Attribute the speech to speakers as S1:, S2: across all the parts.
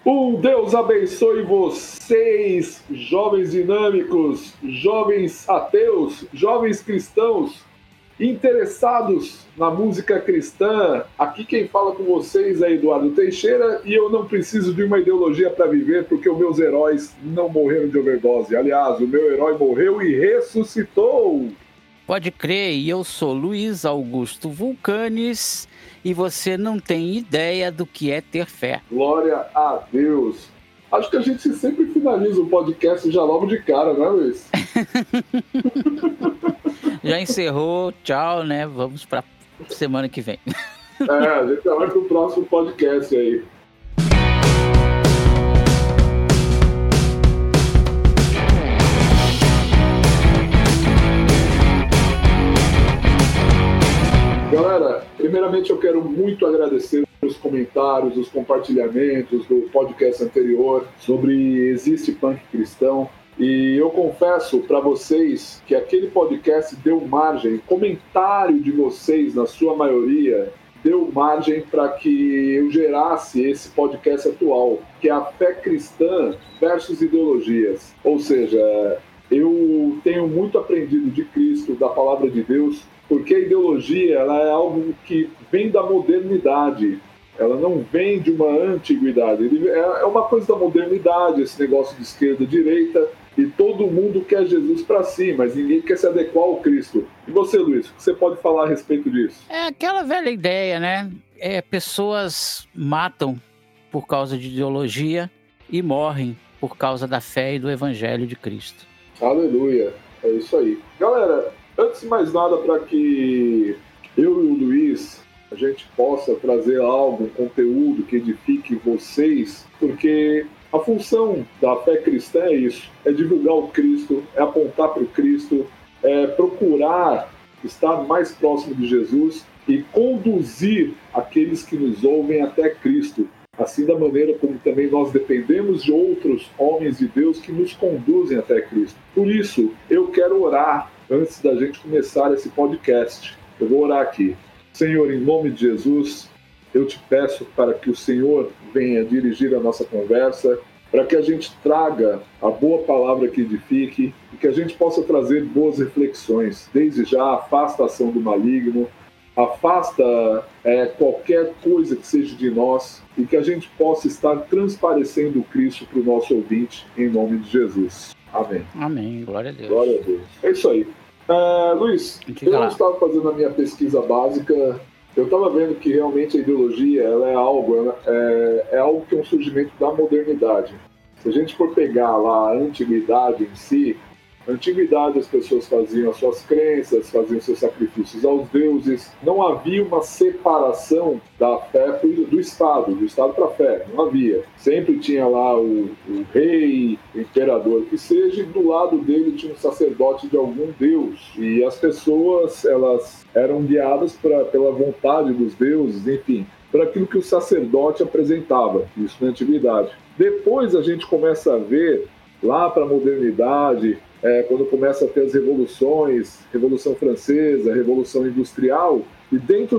S1: Deus abençoe vocês, jovens dinâmicos, jovens ateus, jovens cristãos, interessados na música cristã. Aqui quem fala com vocês é Eduardo Teixeira e eu não preciso de uma ideologia para viver porque os meus heróis não morreram de overdose. Aliás, o meu herói morreu e ressuscitou.
S2: Pode crer, e eu sou Luiz Augusto Vulcanes e você não tem ideia do que é ter fé.
S1: Glória a Deus. Acho que a gente sempre finaliza o podcast já logo de cara, né, Luiz?
S2: Já encerrou, tchau, né? Vamos para semana que vem.
S1: A gente vai pro próximo podcast aí. Galera, primeiramente eu quero muito agradecer os comentários, os compartilhamentos do podcast anterior sobre Existe Punk Cristão. E eu confesso para vocês que aquele podcast deu margem, comentário de vocês, na sua maioria, deu margem para que eu gerasse esse podcast atual, que é a fé cristã versus ideologias. Ou seja, eu tenho muito aprendido de Cristo, da palavra de Deus, porque a ideologia ela é algo que vem da modernidade, ela não vem de uma antiguidade, é uma coisa da modernidade, esse negócio de esquerda e direita, e todo mundo quer Jesus para si, mas ninguém quer se adequar ao Cristo. E você, Luiz, o que você pode falar a respeito disso?
S2: É aquela velha ideia, né? Pessoas matam por causa de ideologia e morrem por causa da fé e do Evangelho de Cristo.
S1: Aleluia, é isso aí. Galera, antes de mais nada, para que eu e o Luiz a gente possa trazer algo, um conteúdo que edifique vocês, porque a função da fé cristã é isso, é divulgar o Cristo, é apontar para o Cristo, é procurar estar mais próximo de Jesus e conduzir aqueles que nos ouvem até Cristo, assim da maneira como também nós dependemos de outros homens de Deus que nos conduzem até Cristo. Por isso, eu quero orar antes da gente começar esse podcast. Eu vou orar aqui. Senhor, em nome de Jesus, eu te peço para que o Senhor venha dirigir a nossa conversa, para que a gente traga a boa palavra que edifique e que a gente possa trazer boas reflexões. Desde já, afasta a ação do maligno, afasta qualquer coisa que seja de nós e que a gente possa estar transparecendo o Cristo para o nosso ouvinte, em nome de Jesus. Amém.
S2: Amém, glória a Deus.
S1: Glória a Deus. É isso aí. Luiz, eu estava fazendo a minha pesquisa básica, eu estava vendo que realmente a ideologia ela é algo que é um surgimento da modernidade. Se a gente for pegar lá a antiguidade em si, na antiguidade as pessoas faziam as suas crenças, faziam seus sacrifícios aos deuses, não havia uma separação da fé do Estado para a fé, não havia. Sempre tinha lá o rei, o imperador que seja, e do lado dele tinha um sacerdote de algum deus. E as pessoas, elas eram guiadas pela vontade dos deuses, enfim, por aquilo que o sacerdote apresentava, isso na antiguidade. Depois a gente começa a ver, lá para a modernidade, quando começa a ter as revoluções, Revolução Francesa, Revolução Industrial, e dentro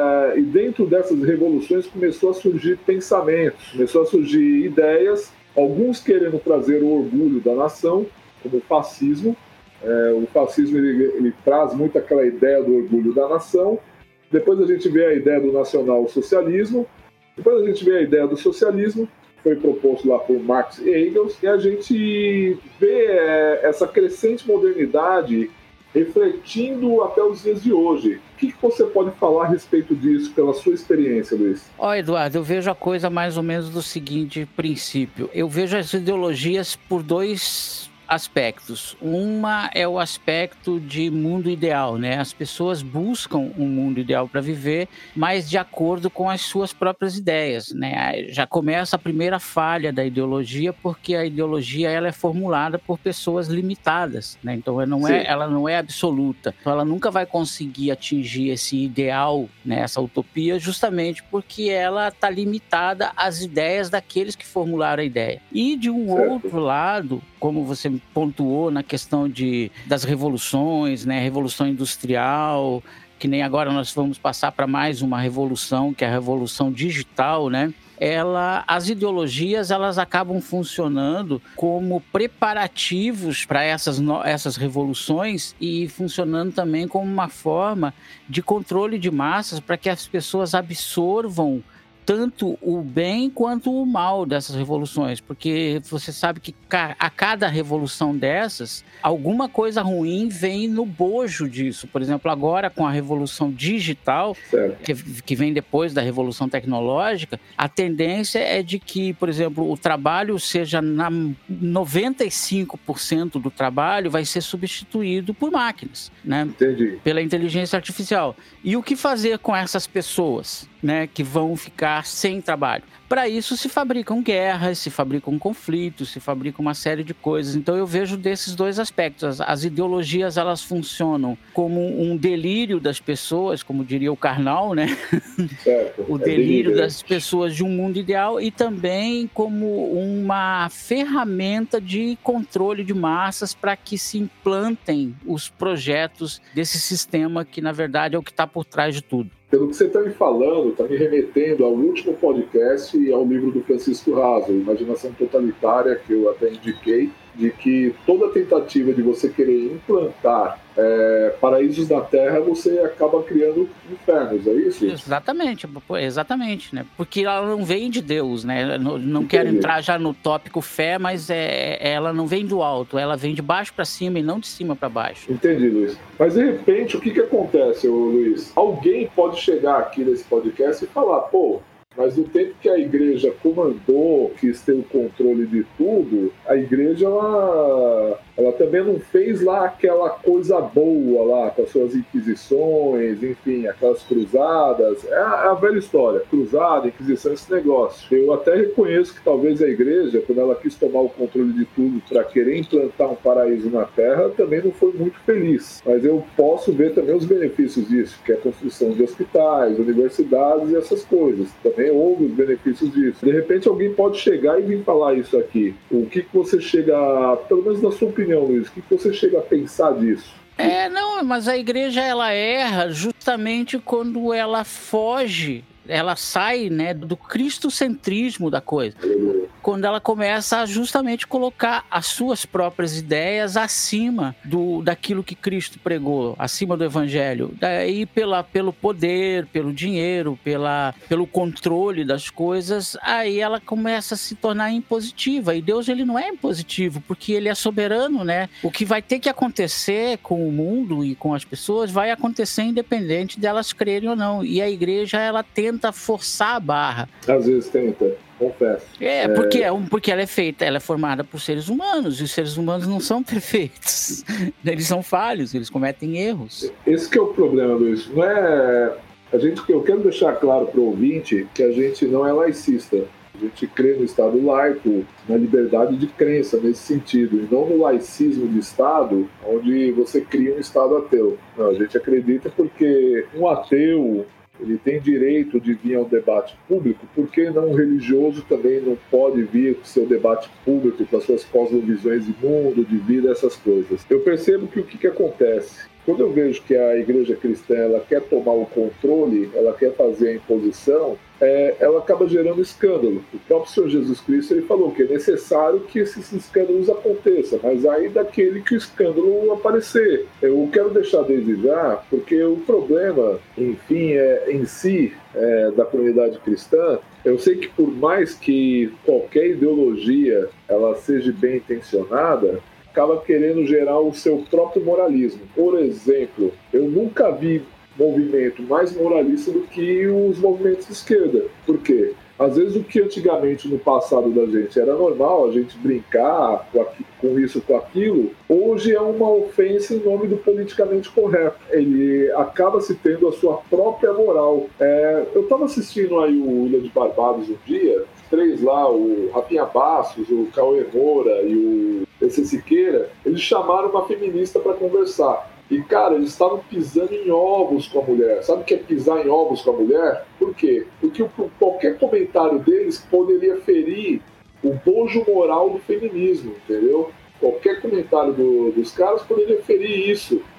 S1: dessas revoluções começou a surgir pensamentos, começou a surgir ideias, alguns querendo trazer o orgulho da nação, como o fascismo. O fascismo ele traz muito aquela ideia do orgulho da nação. Depois a gente vê a ideia do nacional-socialismo, depois a gente vê a ideia do socialismo, foi proposto lá por Marx e Engels, e a gente vê essa crescente modernidade refletindo até os dias de hoje. O que você pode falar a respeito disso, pela sua experiência, Luiz?
S2: Eduardo, eu vejo a coisa mais ou menos do seguinte princípio. Eu vejo as ideologias por dois aspectos. Uma é o aspecto de mundo ideal, né? As pessoas buscam um mundo ideal para viver, mas de acordo com as suas próprias ideias, né? Já começa a primeira falha da ideologia, porque a ideologia ela é formulada por pessoas limitadas, né? Então ela não é absoluta. Então ela nunca vai conseguir atingir esse ideal, né? Essa utopia, justamente porque ela está limitada às ideias daqueles que formularam a ideia. E de um outro lado, como você pontuou na questão das revoluções, né? Revolução industrial, que nem agora nós vamos passar para mais uma revolução, que é a revolução digital, né? as ideologias elas acabam funcionando como preparativos para essas revoluções e funcionando também como uma forma de controle de massas para que as pessoas absorvam tanto o bem quanto o mal dessas revoluções, porque você sabe que a cada revolução dessas, alguma coisa ruim vem no bojo disso. Por exemplo, agora com a revolução digital, que vem depois da revolução tecnológica, a tendência é de que, por exemplo, o trabalho seja 95% do trabalho vai ser substituído por máquinas, né?
S1: Entendi.
S2: Pela inteligência artificial. E o que fazer com essas pessoas, né, que vão ficar sem trabalho? Para isso se fabricam guerras, se fabricam conflitos, se fabricam uma série de coisas. Então eu vejo desses dois aspectos. As ideologias, elas funcionam como um delírio das pessoas, como diria o Karnal, né?
S1: Certo.
S2: O delírio das pessoas de um mundo ideal, e também como uma ferramenta de controle de massas para que se implantem os projetos desse sistema que, na verdade, é o que está por trás de tudo.
S1: Pelo que você está me falando, está me remetendo ao último podcast e ao livro do Francisco Raso, Imaginação Totalitária, que eu até indiquei, de que toda tentativa de você querer implantar paraísos na Terra, você acaba criando infernos, é isso?
S2: Exatamente, né? Porque ela não vem de Deus, né? Não quero entrar já no tópico fé, mas ela não vem do alto, ela vem de baixo para cima e não de cima para baixo.
S1: Entendi, Luiz. Mas de repente, o que acontece, Luiz? Alguém pode chegar aqui nesse podcast e falar, pô, mas no tempo que a igreja comandou, quis ter o controle de tudo, a igreja ela também não fez lá aquela coisa boa lá, com as suas inquisições, enfim, aquelas cruzadas. É a velha história, cruzada, inquisição, esse negócio. Eu até reconheço que talvez a igreja, quando ela quis tomar o controle de tudo para querer implantar um paraíso na Terra, também não foi muito feliz. Mas eu posso ver também os benefícios disso, que é a construção de hospitais, universidades e essas coisas. Também houve os benefícios disso. De repente alguém pode chegar e vir falar isso aqui. O que você chega, pelo menos na sua opinião, Luiz, o que você chega a pensar disso?
S2: Não, mas a igreja ela erra justamente quando ela foge, ela sai, né, do cristocentrismo da coisa. Quando ela começa a justamente colocar as suas próprias ideias acima daquilo que Cristo pregou, acima do evangelho. Daí pelo poder, pelo dinheiro, pelo controle das coisas, aí ela começa a se tornar impositiva. E Deus, ele não é impositivo, porque ele é soberano, né? O que vai ter que acontecer com o mundo e com as pessoas vai acontecer independente delas crerem ou não. E a igreja, ela tenta forçar a barra.
S1: Às vezes tenta. Confesso.
S2: Porque ela é formada por seres humanos, e os seres humanos não são perfeitos. Eles são falhos, eles cometem erros.
S1: Esse que é o problema, Luiz. Não é... Eu quero deixar claro para o ouvinte que a gente não é laicista. A gente crê no Estado laico, na liberdade de crença nesse sentido, e não no laicismo de Estado, onde você cria um Estado ateu. Não, a gente acredita porque um ateu, ele tem direito de vir ao debate público, porque não religioso também não pode vir com seu debate público, com as suas cosmovisões de mundo, de vida, essas coisas. Eu percebo que o que acontece? Quando eu vejo que a igreja cristã ela quer tomar o controle, ela quer fazer a imposição, ela acaba gerando escândalo. O próprio Senhor Jesus Cristo ele falou que é necessário que esses escândalos aconteçam, mas aí daquele que o escândalo aparecer. Eu quero deixar desde já, porque o problema, enfim, em si, da comunidade cristã, eu sei que por mais que qualquer ideologia ela seja bem intencionada, acaba querendo gerar o seu próprio moralismo. Por exemplo, eu nunca vi movimento mais moralista do que os movimentos de esquerda. Por quê? Às vezes o que antigamente no passado da gente era normal, a gente brincar com isso, com aquilo, hoje é uma ofensa em nome do politicamente correto. Ele acaba se tendo a sua própria moral. Eu estava assistindo aí o Ilha de Barbados um dia, três lá, o Rafinha Bastos, o Cauê Moura e o PC Siqueira, eles chamaram uma feminista para conversar. E, cara, eles estavam pisando em ovos com a mulher. Sabe o que é pisar em ovos com a mulher? Por quê? Porque qualquer comentário deles poderia ferir o bojo moral do feminismo, entendeu? Qualquer comentário dos caras poderia ferir isso. Eu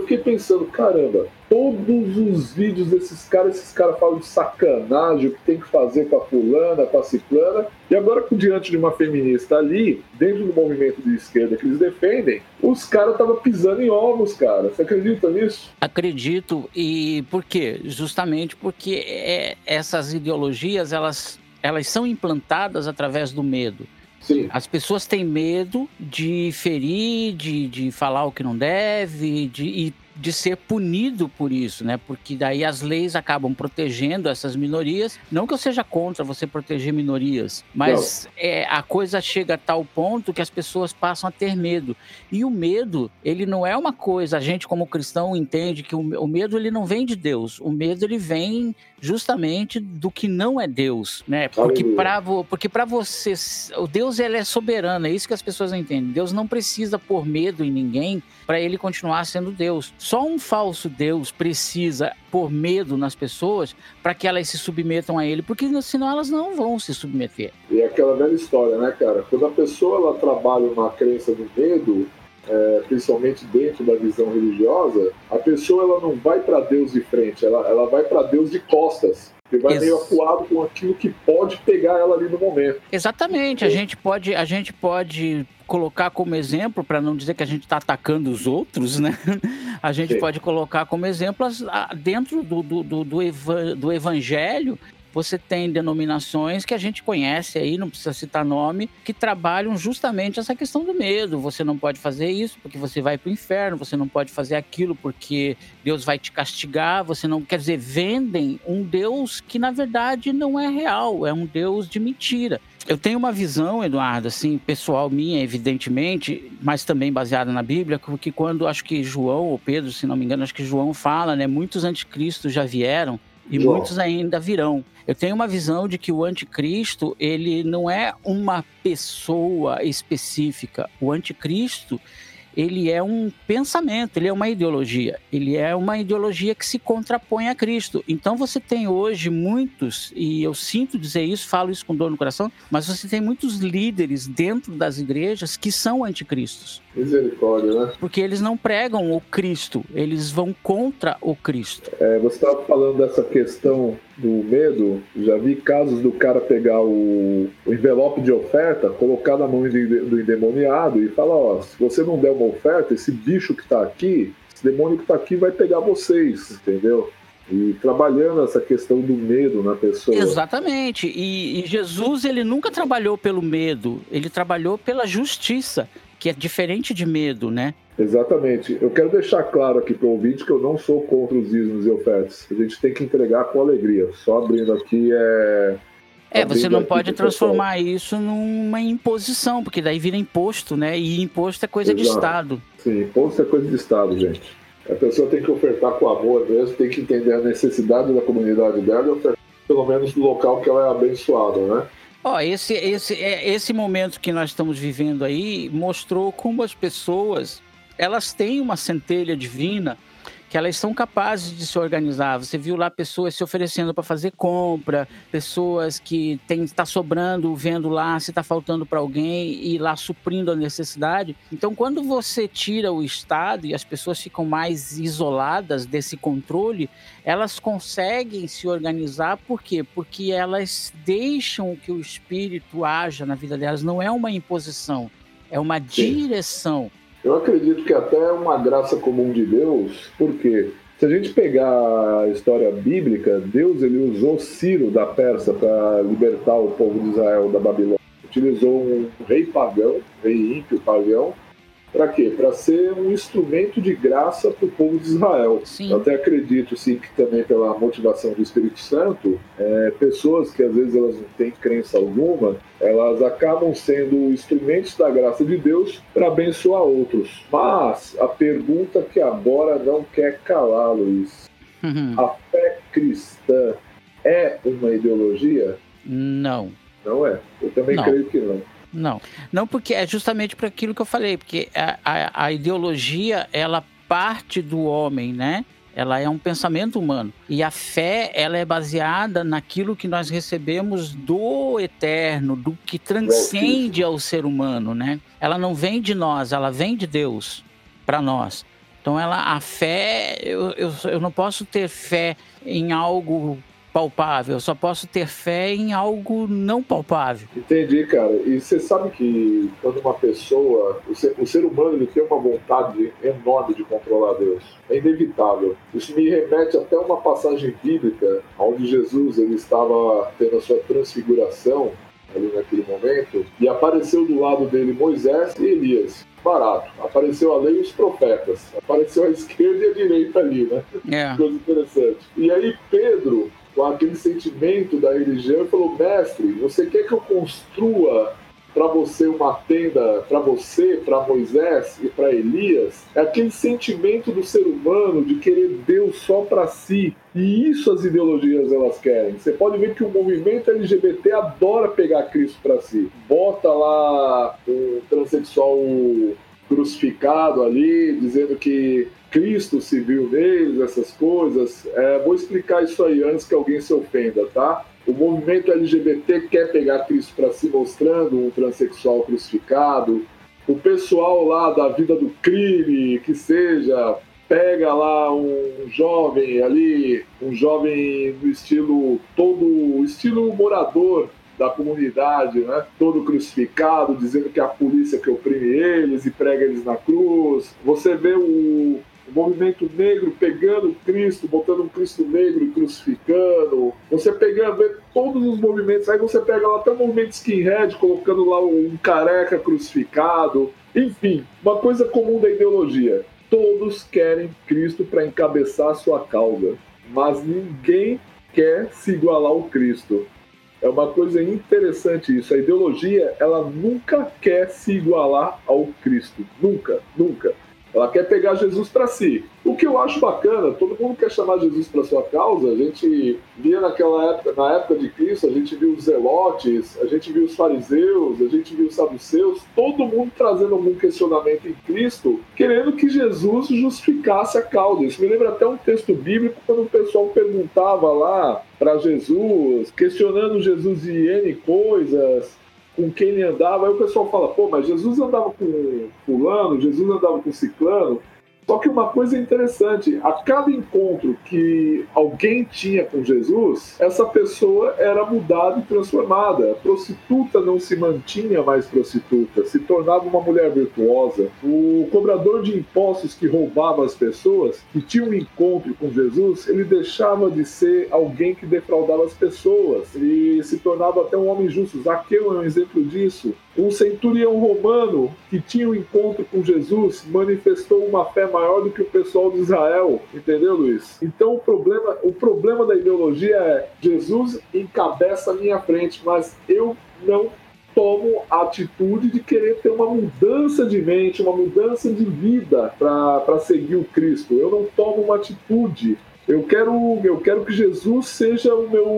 S1: fiquei pensando, caramba, todos os vídeos desses caras, esses caras falam de sacanagem, o que tem que fazer pra fulana, pra ciclana, e agora, diante de uma feminista ali, dentro do movimento de esquerda que eles defendem, os caras estavam pisando em ovos, cara. Você acredita nisso?
S2: Acredito. E por quê? Justamente porque essas ideologias, elas são implantadas através do medo.
S1: Sim.
S2: As pessoas têm medo de ferir, de falar o que não deve, de ser punido por isso, né? Porque daí as leis acabam protegendo essas minorias. Não que eu seja contra você proteger minorias, mas a coisa chega a tal ponto que as pessoas passam a ter medo. E o medo, ele não é uma coisa, a gente como cristão entende que o medo ele não vem de Deus. O medo ele vem justamente do que não é Deus, né? Porque para você, o Deus ele é soberano, é isso que as pessoas não entendem. Deus não precisa pôr medo em ninguém para ele continuar sendo Deus. Só um falso Deus precisa pôr medo nas pessoas para que elas se submetam a ele, porque senão elas não vão se submeter.
S1: E é aquela velha história, né, cara? Quando a pessoa ela trabalha uma crença do medo, principalmente dentro da visão religiosa, a pessoa ela não vai para Deus de frente, ela vai para Deus de costas. Você vai meio acuado com aquilo que pode pegar ela ali no momento.
S2: Exatamente. A gente pode colocar como exemplo, para não dizer que a gente está atacando os outros, né? A gente pode colocar como exemplo dentro do evangelho. Você tem denominações que a gente conhece aí, não precisa citar nome, que trabalham justamente essa questão do medo. Você não pode fazer isso porque você vai para o inferno, você não pode fazer aquilo porque Deus vai te castigar, você não... Quer dizer, vendem um Deus que na verdade não é real, é um Deus de mentira. Eu tenho uma visão, Eduardo, assim, pessoal minha, evidentemente, mas também baseada na Bíblia, que quando, acho que João ou Pedro, se não me engano, acho que João fala, né, muitos anticristos já vieram e muitos ainda virão. Eu tenho uma visão de que o anticristo, ele não é uma pessoa específica. O anticristo, ele é um pensamento, ele é uma ideologia. Ele é uma ideologia que se contrapõe a Cristo. Então você tem hoje muitos, e eu sinto dizer isso, falo isso com dor no coração, mas você tem muitos líderes dentro das igrejas que são anticristos.
S1: Misericórdia, né?
S2: Porque eles não pregam o Cristo, eles vão contra o Cristo.
S1: Você estava falando dessa questão do medo. Já vi casos do cara pegar o envelope de oferta, colocar na mão do endemoniado e falar, ó, se você não der uma oferta, esse bicho que está aqui, esse demônio que está aqui vai pegar vocês, entendeu? E trabalhando essa questão do medo na pessoa.
S2: Exatamente. E Jesus, ele nunca trabalhou pelo medo, ele trabalhou pela justiça, que é diferente de medo, né?
S1: Exatamente. Eu quero deixar claro aqui para o ouvinte que eu não sou contra os dízimos e ofertas. A gente tem que entregar com alegria. Só abrindo aqui
S2: você não pode transformar isso numa imposição, porque daí vira imposto, né? E imposto é coisa de Estado.
S1: Sim, imposto é coisa de Estado, gente. A pessoa tem que ofertar com amor mesmo, tem que entender a necessidade da comunidade dela e ofertar pelo menos no local que ela é abençoada, né?
S2: Esse momento que nós estamos vivendo aí mostrou como as pessoas, elas têm uma centelha divina que elas são capazes de se organizar. Você viu lá pessoas se oferecendo para fazer compra, pessoas que está sobrando, vendo lá se está faltando para alguém e lá suprindo a necessidade. Então, quando você tira o Estado e as pessoas ficam mais isoladas desse controle, elas conseguem se organizar. Por quê? Porque elas deixam que o Espírito haja na vida delas. Não é uma imposição, é uma direção.
S1: Eu acredito que até é uma graça comum de Deus, porque se a gente pegar a história bíblica, Deus ele usou Ciro da Pérsia para libertar o povo de Israel da Babilônia. Utilizou um rei pagão, rei ímpio pagão, para quê? Para ser um instrumento de graça para o povo de Israel.
S2: Sim.
S1: Eu até acredito, sim, que também pela motivação do Espírito Santo, pessoas que às vezes elas não têm crença alguma, elas acabam sendo instrumentos da graça de Deus para abençoar outros. Mas a pergunta que agora não quer calar, Luiz, a fé cristã é uma ideologia?
S2: Não.
S1: Não é. Eu também creio que não.
S2: Não, porque é justamente para aquilo que eu falei, porque a ideologia, ela parte do homem, né? Ela é um pensamento humano. E a fé, ela é baseada naquilo que nós recebemos do eterno, do que transcende ao ser humano, né? Ela não vem de nós, ela vem de Deus para nós. Então a fé, eu não posso ter fé em algo palpável, eu só posso ter fé em algo não palpável.
S1: Entendi, cara. E você sabe que quando uma pessoa, o ser humano, ele tem uma vontade enorme de controlar Deus. É inevitável. Isso me remete até uma passagem bíblica onde Jesus ele estava tendo a sua transfiguração ali naquele momento e apareceu do lado dele Moisés e Elias. Barato. Apareceu a lei e os profetas. Apareceu a esquerda e a direita ali, né? Coisa interessante. E aí Pedro, com aquele sentimento da religião, ele falou: mestre, você quer que eu construa para você uma tenda, para você, para Moisés e para Elias? É aquele sentimento do ser humano de querer Deus só para si. E isso as ideologias elas querem. Você pode ver que o movimento LGBT adora pegar Cristo para si. Bota lá um transexual crucificado ali, dizendo que Cristo se viu neles, essas coisas. Vou explicar isso aí antes que alguém se ofenda, tá? O movimento LGBT quer pegar Cristo para si, mostrando um transexual crucificado. O pessoal lá da vida do crime, que seja, pega lá um jovem ali, um jovem no estilo, todo o estilo morador da comunidade, né? Todo crucificado, dizendo que é a polícia que oprime eles e prega eles na cruz. Você vê o movimento negro pegando Cristo, botando um Cristo negro e crucificando. Você pegando todos os movimentos, aí você pega lá até o movimento skinhead, colocando lá um careca crucificado. Enfim, uma coisa comum da ideologia. Todos querem Cristo para encabeçar a sua causa, mas ninguém quer se igualar ao Cristo. É uma coisa interessante isso. A ideologia, ela nunca quer se igualar ao Cristo. Nunca, nunca. Ela quer pegar Jesus para si. O que eu acho bacana, todo mundo quer chamar Jesus para sua causa. A gente via naquela época, na época de Cristo, a gente viu os zelotes, a gente viu os fariseus, a gente viu os saduceus, todo mundo trazendo algum questionamento em Cristo, querendo que Jesus justificasse a causa. Isso me lembra até um texto bíblico, quando o pessoal perguntava lá para Jesus, questionando Jesus de N coisas, com quem ele andava. Aí o pessoal fala: pô, mas Jesus andava com fulano, Jesus andava com ciclano. Só que uma coisa interessante, a cada encontro que alguém tinha com Jesus, essa pessoa era mudada e transformada. A prostituta não se mantinha mais prostituta, se tornava uma mulher virtuosa. O cobrador de impostos que roubava as pessoas, que tinha um encontro com Jesus, ele deixava de ser alguém que defraudava as pessoas e se tornava até um homem justo. Zaqueu é um exemplo disso. Um centurião romano que tinha um encontro com Jesus manifestou uma fé maior do que o pessoal de Israel. Entendeu, Luiz? Então o problema da ideologia é: Jesus encabeça a minha frente, mas eu não tomo a atitude de querer ter uma mudança de mente, uma mudança de vida para seguir o Cristo. Eu não tomo uma atitude. Eu quero que Jesus seja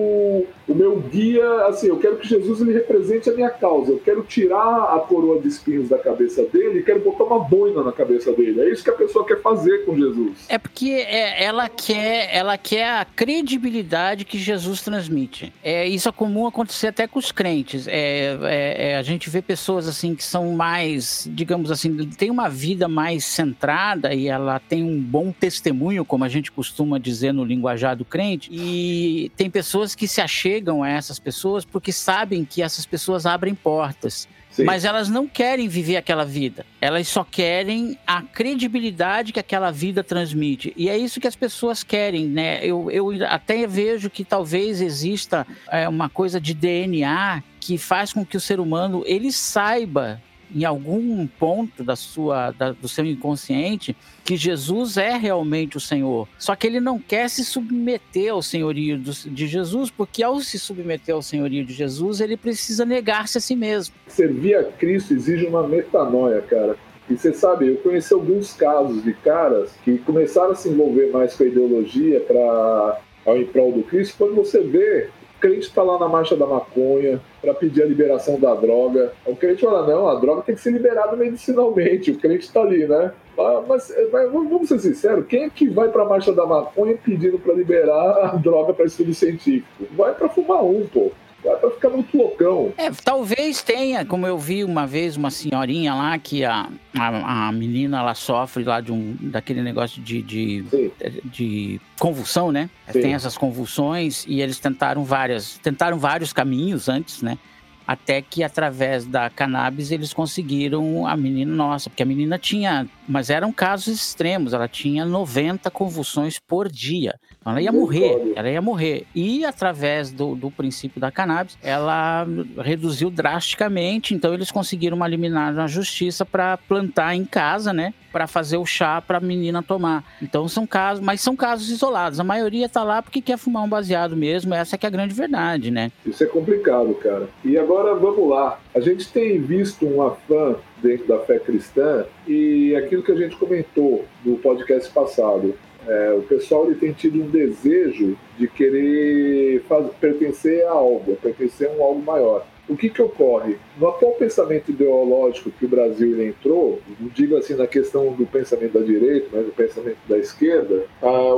S1: o meu guia, assim, eu quero que Jesus ele represente a minha causa. Eu quero tirar a coroa de espinhos da cabeça dele e quero botar uma boina na cabeça dele. É isso que a pessoa quer fazer com Jesus.
S2: É porque ela quer a credibilidade que Jesus transmite. Isso é comum acontecer até com os crentes. A gente vê pessoas assim que são mais, digamos assim, tem uma vida mais centrada e ela tem um bom testemunho, como a gente costuma dizer no linguajar do crente, e tem pessoas que se achegam a essas pessoas porque sabem que essas pessoas abrem portas. Sim. Mas elas não querem viver aquela vida. Elas só querem a credibilidade que aquela vida transmite. E é isso que as pessoas querem, né? Eu até vejo que talvez exista uma coisa de DNA que faz com que o ser humano ele saiba em algum ponto do seu inconsciente que Jesus é realmente o Senhor. Só que ele não quer se submeter ao senhorio de Jesus, porque ao se submeter ao senhorio de Jesus, ele precisa negar-se a si mesmo.
S1: Servir a Cristo exige uma metanoia, cara. E você sabe, eu conheci alguns casos de caras que começaram a se envolver mais com a ideologia em prol do Cristo. Quando você vê, o crente está lá na marcha da maconha para pedir a liberação da droga. O crente fala: não, a droga tem que ser liberada medicinalmente. O crente está ali, né? Mas vamos ser sinceros, quem é que vai para a marcha da maconha pedindo para liberar a droga para estudo científico? Vai para fumar pô. É pra ficar muito loucão.
S2: Talvez tenha, como eu vi uma vez uma senhorinha lá, que a menina, ela sofre lá daquele negócio de convulsão, né? Sim. Tem essas convulsões e eles tentaram vários caminhos antes, né? Até que através da cannabis eles conseguiram a menina, porque a menina tinha, mas eram casos extremos, ela tinha 90 convulsões por dia. Então ela ia morrer. E através do princípio da cannabis, ela reduziu drasticamente, então eles conseguiram uma liminar na justiça para plantar em casa, né? Para fazer o chá para a menina tomar. Então são casos isolados. A maioria tá lá porque quer fumar um baseado mesmo, essa que é a grande verdade, né?
S1: Isso é complicado, cara. E agora vamos lá. A gente tem visto um afã dentro da fé cristã e aquilo que a gente comentou no podcast passado. O pessoal ele tem tido um desejo de querer pertencer a algo, pertencer a um algo maior. O que ocorre? No atual pensamento ideológico que o Brasil ele entrou, não digo assim na questão do pensamento da direita, mas do pensamento da esquerda, o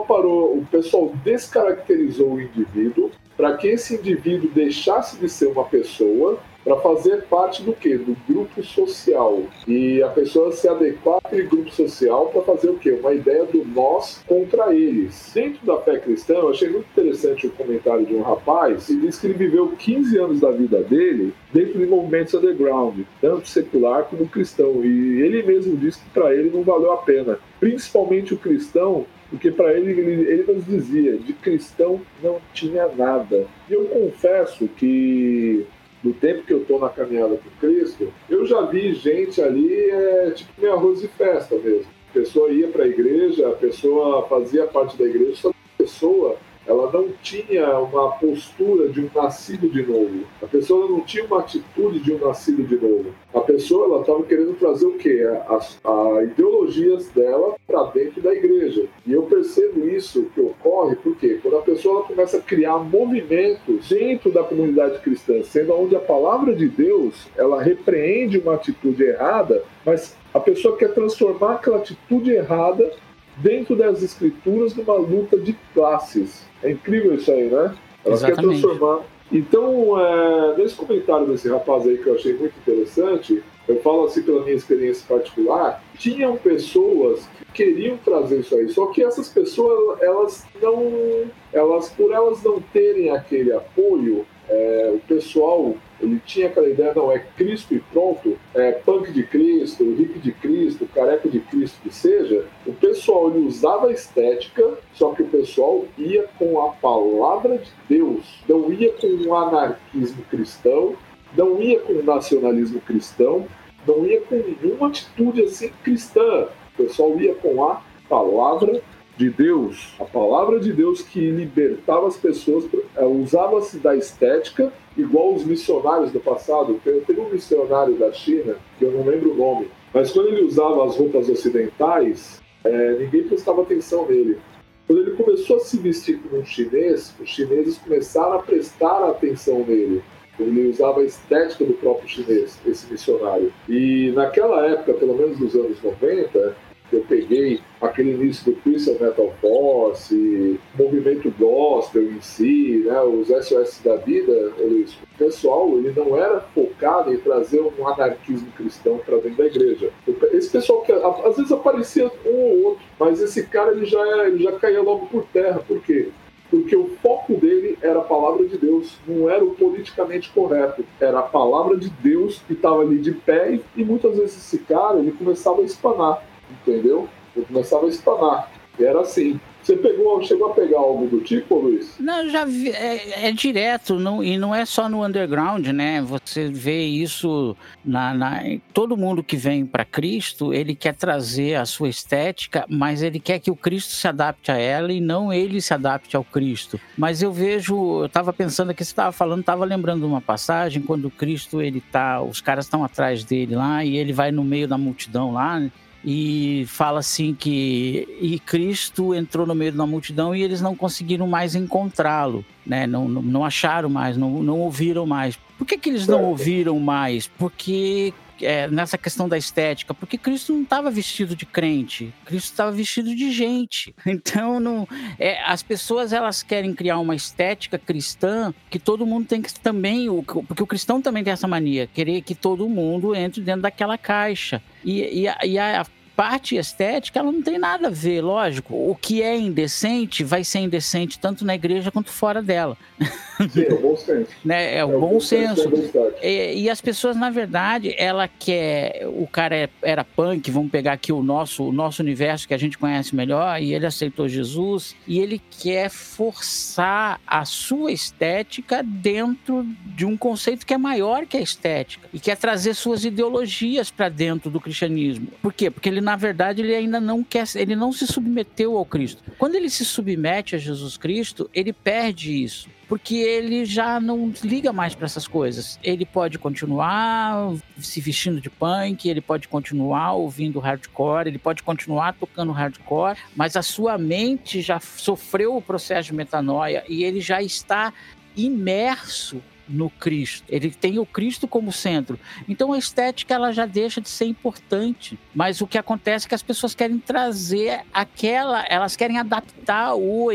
S1: pessoal descaracterizou o indivíduo para que esse indivíduo deixasse de ser uma pessoa para fazer parte do quê? Do grupo social. E a pessoa se adequar àquele grupo social para fazer o quê? Uma ideia do nós contra eles. Dentro da fé cristã, eu achei muito interessante o comentário de um rapaz que diz que ele viveu 15 anos da vida dele dentro de movimentos underground, tanto secular como cristão. E ele mesmo disse que para ele não valeu a pena. Principalmente o cristão, porque para ele nos dizia, de cristão não tinha nada. E eu confesso que do tempo que eu estou na caminhada com Cristo, eu já vi gente ali, tipo meio arroz de festa mesmo. A pessoa ia para a igreja, a pessoa fazia parte da igreja, só que a pessoa ela não tinha uma postura de um nascido de novo. A pessoa não tinha uma atitude de um nascido de novo. A pessoa ela estava querendo trazer o quê? As ideologias dela para dentro da igreja. E eu percebo isso que ocorre, porque quando a pessoa ela começa a criar movimentos dentro da comunidade cristã, sendo onde a palavra de Deus ela repreende uma atitude errada, mas a pessoa quer transformar aquela atitude errada dentro das escrituras numa luta de classes. É incrível isso aí, né? Ela Exatamente. Quer transformar. Então, nesse comentário desse rapaz aí que eu achei muito interessante, eu falo assim pela minha experiência particular, tinham pessoas que queriam trazer isso aí, só que essas pessoas, por elas não terem aquele apoio, o pessoal, ele tinha aquela ideia, não, é Cristo e pronto, punk de Cristo, hippie de Cristo, careca de Cristo que seja, o pessoal ele usava a estética, só que o pessoal ia com a palavra de Deus, não ia com o anarquismo cristão, não ia com o nacionalismo cristão, não ia com nenhuma atitude assim cristã, o pessoal ia com a palavra de Deus, a palavra de Deus que libertava as pessoas, usava-se da estética, igual os missionários do passado. Teve um missionário da China, que eu não lembro o nome, mas quando ele usava as roupas ocidentais, ninguém prestava atenção nele. Quando ele começou a se vestir como um chinês, os chineses começaram a prestar atenção nele. Ele usava a estética do próprio chinês, esse missionário. E naquela época, pelo menos nos anos 90, eu peguei aquele início do Christian Metal Force, movimento gospel em si, né, os SOS da vida, Luiz, o pessoal ele não era focado em trazer um anarquismo cristão para dentro da igreja. Esse pessoal que às vezes aparecia um ou outro, mas esse cara ele já caía logo por terra. Por quê? Porque o foco dele era a palavra de Deus, não era o politicamente correto, era a palavra de Deus que estava ali de pé e muitas vezes esse cara ele começava a espanar. Entendeu? Eu começava a espanar. E era assim. Você chegou a pegar algo do tipo, Luiz?
S2: Não, já vi, é direto, e não é só no underground, né? Você vê isso todo mundo que vem para Cristo, ele quer trazer a sua estética, mas ele quer que o Cristo se adapte a ela e não ele se adapte ao Cristo. Mas eu estava pensando aqui, você estava falando, estava lembrando de uma passagem, quando o Cristo, os caras estão atrás dele lá, e ele vai no meio da multidão lá, né? E fala assim que Cristo entrou no meio da multidão e eles não conseguiram mais encontrá-lo, né? Não acharam mais, não ouviram mais. Por que eles não ouviram mais? Porque nessa questão da estética, porque Cristo não estava vestido de crente, Cristo estava vestido de gente. Então, as pessoas elas querem criar uma estética cristã que todo mundo tem que também, porque o cristão também tem essa mania, querer que todo mundo entre dentro daquela caixa. E a parte estética, ela não tem nada a ver, lógico. O que é indecente vai ser indecente tanto na igreja quanto fora dela.
S1: Sim, é o bom senso.
S2: Né? É o bom senso. E as pessoas, na verdade, ela quer... O cara era punk, vamos pegar aqui o nosso universo que a gente conhece melhor, e ele aceitou Jesus, e ele quer forçar a sua estética dentro de um conceito que é maior que a estética, e quer trazer suas ideologias para dentro do cristianismo. Por quê? Porque ele, na verdade, ele ainda não quer... Ele não se submeteu ao Cristo. Quando ele se submete a Jesus Cristo, ele perde isso. Porque ele já não liga mais para essas coisas. Ele pode continuar se vestindo de punk, ele pode continuar ouvindo hardcore, ele pode continuar tocando hardcore, mas a sua mente já sofreu o processo de metanoia e ele já está imerso no Cristo. Ele tem o Cristo como centro. Então a estética ela já deixa de ser importante. Mas o que acontece é que as pessoas querem trazer elas querem adaptar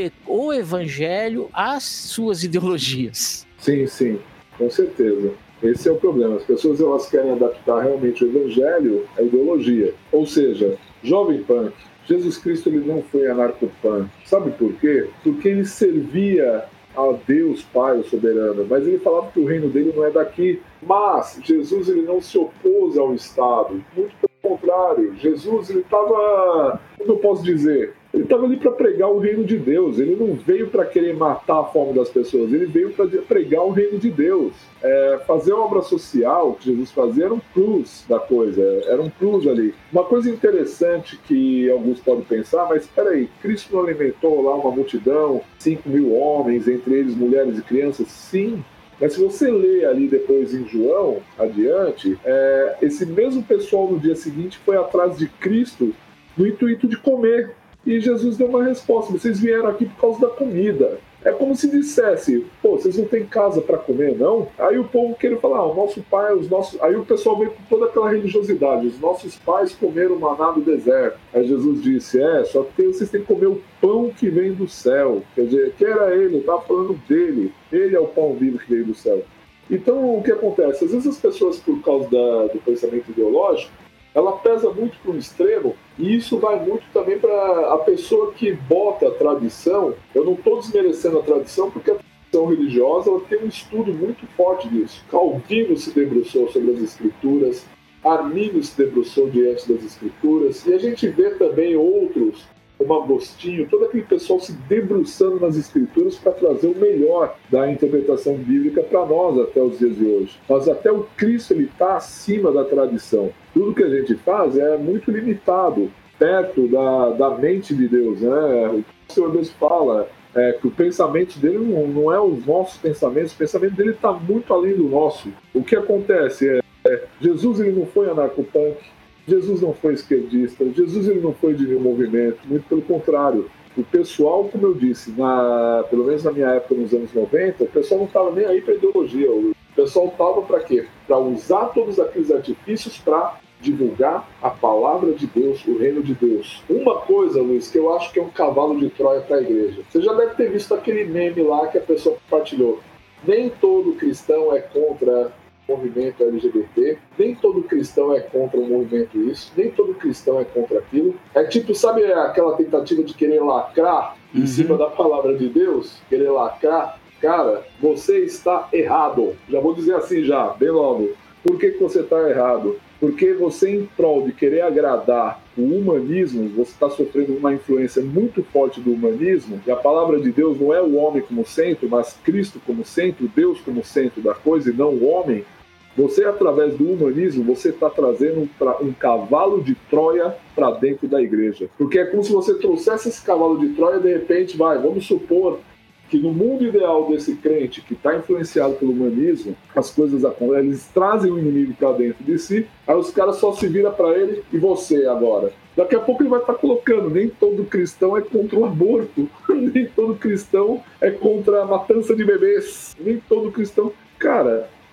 S2: o evangelho às suas ideologias.
S1: Sim, com certeza. Esse é o problema. As pessoas elas querem adaptar realmente o evangelho à ideologia. Ou seja, jovem punk, Jesus Cristo ele não foi anarcopunk. Sabe por quê? Porque ele servia a Deus Pai, o soberano, mas ele falava que o reino dele não é daqui. Mas Jesus ele não se opôs ao Estado, muito pelo contrário. Jesus ele estava, como eu posso dizer, ele estava ali para pregar o reino de Deus. Ele não veio para querer matar a fome das pessoas, ele veio para pregar o reino de Deus. Fazer uma obra social, o que Jesus fazia era um plus da coisa, era um plus ali. Uma coisa interessante que alguns podem pensar, mas espera aí, Cristo não alimentou lá uma multidão, 5.000 homens, entre eles mulheres e crianças? Sim. Mas se você ler ali depois em João, adiante, esse mesmo pessoal no dia seguinte foi atrás de Cristo no intuito de comer. E Jesus deu uma resposta: vocês vieram aqui por causa da comida. É como se dissesse: pô, vocês não têm casa para comer, não? Aí o povo queria falar: o nosso pai, os nossos... Aí o pessoal veio com toda aquela religiosidade: os nossos pais comeram maná do deserto. Aí Jesus disse: só que vocês têm que comer o pão que vem do céu. Quer dizer, que era ele, estava falando dele. Ele é o pão vivo que veio do céu. Então, o que acontece? Às vezes as pessoas, por causa do pensamento ideológico, ela pesa muito para um extremo, e isso vai muito também para a pessoa que bota a tradição. Eu não estou desmerecendo a tradição, porque a tradição religiosa ela tem um estudo muito forte disso. Calvino se debruçou sobre as escrituras, Armínio se debruçou diante das escrituras, e a gente vê também outros, como Agostinho, todo aquele pessoal se debruçando nas escrituras para trazer o melhor da interpretação bíblica para nós até os dias de hoje. Mas até o Cristo ele está acima da tradição. Tudo que a gente faz é muito limitado, perto da mente de Deus, né? O que o Senhor Deus fala que o pensamento dele não é os nossos pensamentos, o pensamento dele está muito além do nosso. O que acontece Jesus ele não foi anarcopunk, Jesus não foi esquerdista, Jesus ele não foi de nenhum movimento, muito pelo contrário. O pessoal, como eu disse, pelo menos na minha época, nos anos 90, o pessoal não estava nem aí para ideologia. O pessoal estava para quê? Para usar todos aqueles artifícios para divulgar a palavra de Deus, o reino de Deus. Uma coisa, Luiz, que eu acho que é um cavalo de Troia para a igreja. Você já deve ter visto aquele meme lá que a pessoa compartilhou. Nem todo cristão é contra o movimento LGBT, nem todo cristão é contra o movimento isso, nem todo cristão é contra aquilo. É tipo, sabe aquela tentativa de querer lacrar em cima da palavra de Deus? Querer lacrar? Cara, você está errado. Já vou dizer assim já, bem logo. Por que você está errado? Porque você, em prol de querer agradar o humanismo, você está sofrendo uma influência muito forte do humanismo, e a palavra de Deus não é o homem como centro, mas Cristo como centro, Deus como centro da coisa e não o homem. Você, através do humanismo, você está trazendo um cavalo de Troia para dentro da igreja. Porque é como se você trouxesse esse cavalo de Troia e, de repente, vamos supor que no mundo ideal desse crente que está influenciado pelo humanismo, as coisas acontecem, eles trazem o inimigo para dentro de si, aí os caras só se viram para ele e você agora. Daqui a pouco ele vai estar colocando: nem todo cristão é contra o aborto, nem todo cristão é contra a matança de bebês, nem todo cristão... Cara,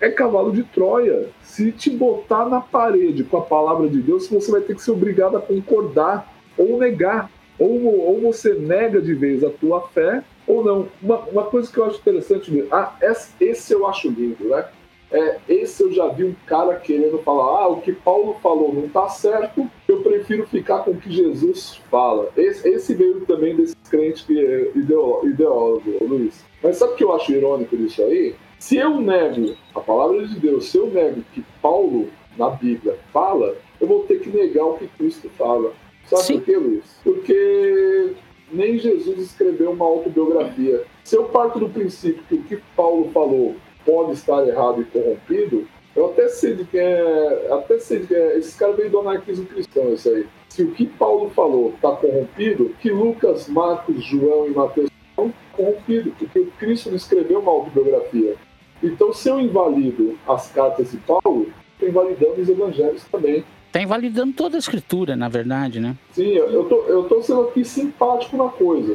S1: é cavalo de Troia. Se te botar na parede com a palavra de Deus, você vai ter que ser obrigado a concordar ou negar. Ou você nega de vez a tua fé, ou não. Uma coisa que eu acho interessante, esse eu acho lindo, né? Esse eu já vi um cara querendo falar, o que Paulo falou não está certo, eu prefiro ficar com o que Jesus fala. Esse veio também desse crente que é ideólogo, Luiz. Mas sabe o que eu acho irônico disso aí? Se eu nego a palavra de Deus, se eu nego o que Paulo na Bíblia fala, eu vou ter que negar o que Cristo fala. Sabe Sim. por quê, Luiz? Porque nem Jesus escreveu uma autobiografia. Se eu parto do princípio que o que Paulo falou pode estar errado e corrompido, eu até sei de quem é. Esses caras veio do anarquismo cristão, isso aí. Se o que Paulo falou está corrompido, que Lucas, Marcos, João e Mateus estão corrompidos, porque o Cristo não escreveu uma autobiografia. Então, se eu invalido as cartas de Paulo, estou invalidando os evangelhos também.
S2: Está invalidando toda a escritura, na verdade, né?
S1: Sim, eu tô sendo aqui simpático na coisa.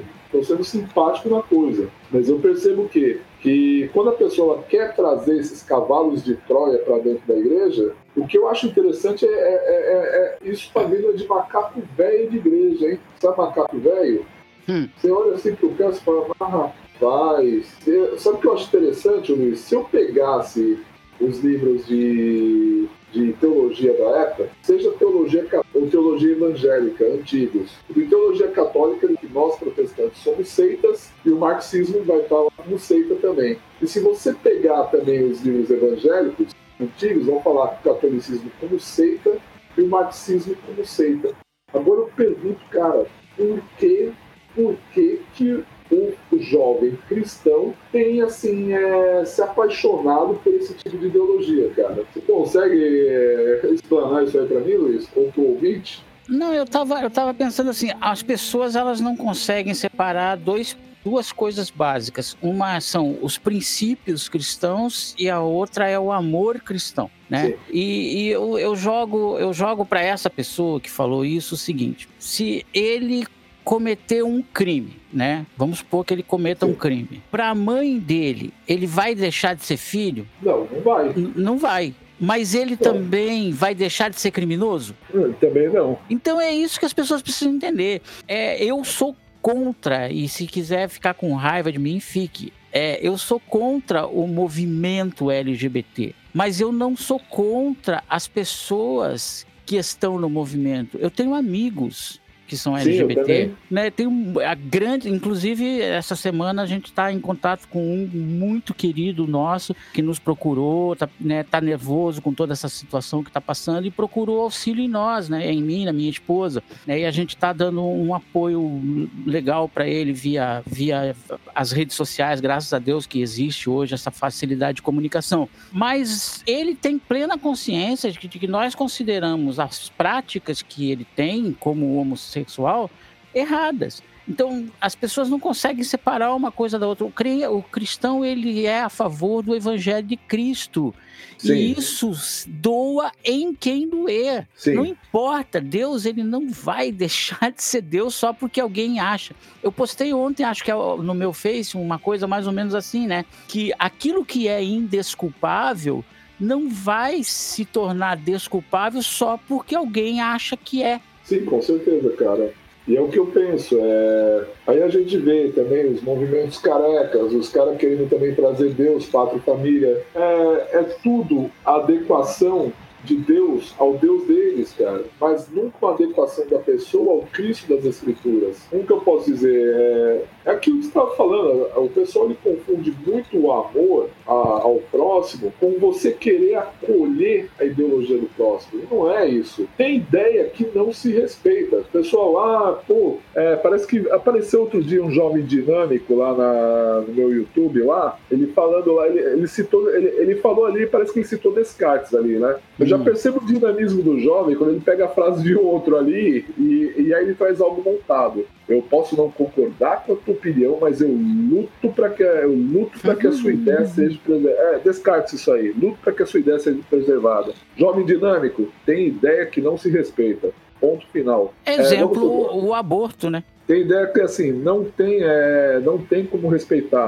S1: Mas eu percebo que quando a pessoa quer trazer esses cavalos de Troia para dentro da igreja, o que eu acho interessante é isso para vindo de macaco velho de igreja, hein? Sabe macaco velho? Você olha assim pro cara e fala, rapaz... Sabe o que eu acho interessante, Luiz? Se eu pegasse os livros de teologia da época, seja teologia ou teologia evangélica, antigos. De teologia católica, que nós protestantes somos seitas, e o marxismo vai estar lá como seita também. E se você pegar também os livros evangélicos antigos, vão falar o catolicismo como seita e o marxismo como seita. Agora eu pergunto, cara, por que o jovem cristão tem, assim, se apaixonado por esse tipo de ideologia, cara? Você consegue explanar isso aí pra mim, Luiz? Ou pro ouvinte?
S2: Não, eu tava pensando assim, as pessoas, elas não conseguem separar duas coisas básicas. Uma são os princípios cristãos e a outra é o amor cristão, né? E eu jogo para essa pessoa que falou isso o seguinte: se ele cometer um crime, né? Vamos supor que ele cometa um crime. Para a mãe dele, ele vai deixar de ser filho?
S1: Não vai.
S2: Não vai. Mas ele também vai deixar de ser criminoso?
S1: Também não.
S2: Então é isso que as pessoas precisam entender. Eu sou contra, e se quiser ficar com raiva de mim, fique. Eu sou contra o movimento LGBT, mas eu não sou contra as pessoas que estão no movimento. Eu tenho amigos que são LGBT, né? Tem inclusive essa semana a gente está em contato com um muito querido nosso que nos procurou, tá nervoso com toda essa situação que está passando e procurou auxílio em nós, né? Em mim, na minha esposa, né? E a gente está dando um apoio legal para ele via as redes sociais, graças a Deus que existe hoje essa facilidade de comunicação. Mas ele tem plena consciência de que nós consideramos as práticas que ele tem como homossexual erradas. Então, as pessoas não conseguem separar uma coisa da outra. O cristão, ele é a favor do evangelho de Cristo. Sim. E isso doa em quem doer. Sim. Não importa, Deus, ele não vai deixar de ser Deus só porque alguém acha. Eu postei ontem, acho que no meu Face, uma coisa mais ou menos assim, né? Que aquilo que é indesculpável não vai se tornar desculpável só porque alguém acha que é.
S1: Sim, com certeza, cara. E é o que eu penso. Aí a gente vê também os movimentos carecas, os caras querendo também trazer Deus, pátria e família. É tudo a adequação de Deus ao Deus deles, cara. Mas nunca uma adequação da pessoa ao Cristo das Escrituras. Um que eu posso dizer é aquilo que você estava falando. O pessoal ele confunde muito o amor ao próximo com você querer acolher a ideologia do próximo. E não é isso. Tem ideia que não se respeita. O pessoal, parece que apareceu outro dia um jovem dinâmico lá no meu YouTube lá, ele falando lá, ele falou ali, parece que ele citou Descartes ali, né? Eu já percebo o dinamismo do jovem quando ele pega a frase de outro ali e aí ele traz algo montado. Eu posso não concordar com a tua opinião, mas eu luto para que a sua ideia seja preservada. Descarte isso aí. Luto para que a sua ideia seja preservada. Jovem dinâmico, tem ideia que não se respeita. Ponto final.
S2: Exemplo, o aborto, né?
S1: Tem ideia que assim, não tem como respeitar.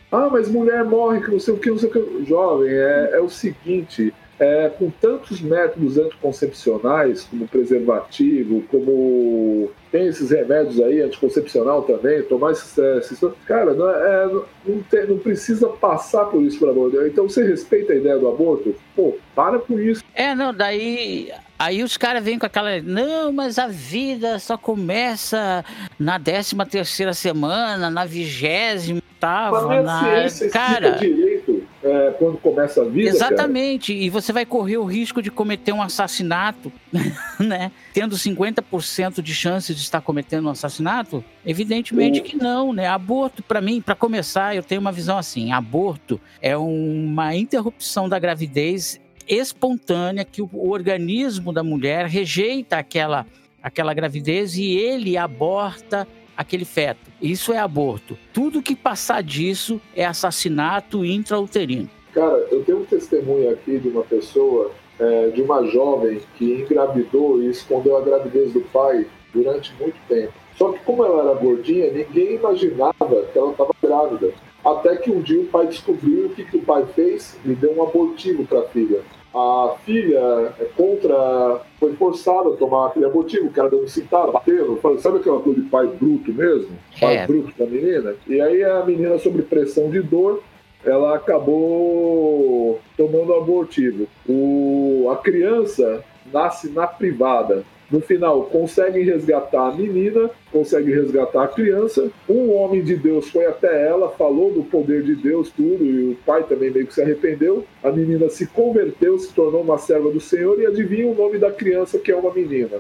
S1: mas mulher morre, que não sei o que, não sei o que. Jovem, é o seguinte... com tantos métodos anticoncepcionais, como preservativo, como tem esses remédios aí, anticoncepcional também, tomar esses cara, não precisa passar por isso para aborto. Então você respeita a ideia do aborto? Pô, para com isso.
S2: Daí... Aí os caras vêm com aquela... Não, mas a vida só começa na 13ª semana, na 20ª,
S1: ciência
S2: cara...
S1: direito quando começa a vida,
S2: exatamente,
S1: cara.
S2: E você vai correr o risco de cometer um assassinato, né? Tendo 50% de chance de estar cometendo um assassinato? Evidentemente que não, né? Aborto, para mim, para começar, eu tenho uma visão assim: aborto é uma interrupção da gravidez espontânea que o organismo da mulher rejeita aquela gravidez e ele aborta aquele feto. Isso é aborto. Tudo que passar disso é assassinato intrauterino.
S1: Cara, eu tenho um testemunho aqui de uma pessoa, de uma jovem que engravidou e escondeu a gravidez do pai durante muito tempo. Só que como ela era gordinha, ninguém imaginava que ela estava grávida. Até que um dia o pai descobriu o que o pai fez e deu um abortivo para a filha. A filha foi forçada a tomar aquele abortivo, o cara dando cintada, batendo, sabe aquela coisa de pai bruto mesmo? Pai bruto da menina? E aí a menina, sob pressão de dor, ela acabou tomando abortivo. A criança nasce na privada. No final, conseguem resgatar a menina, conseguem resgatar a criança. Um homem de Deus foi até ela, falou do poder de Deus, tudo, e o pai também meio que se arrependeu. A menina se converteu, se tornou uma serva do Senhor, e adivinha o nome da criança, que é uma menina.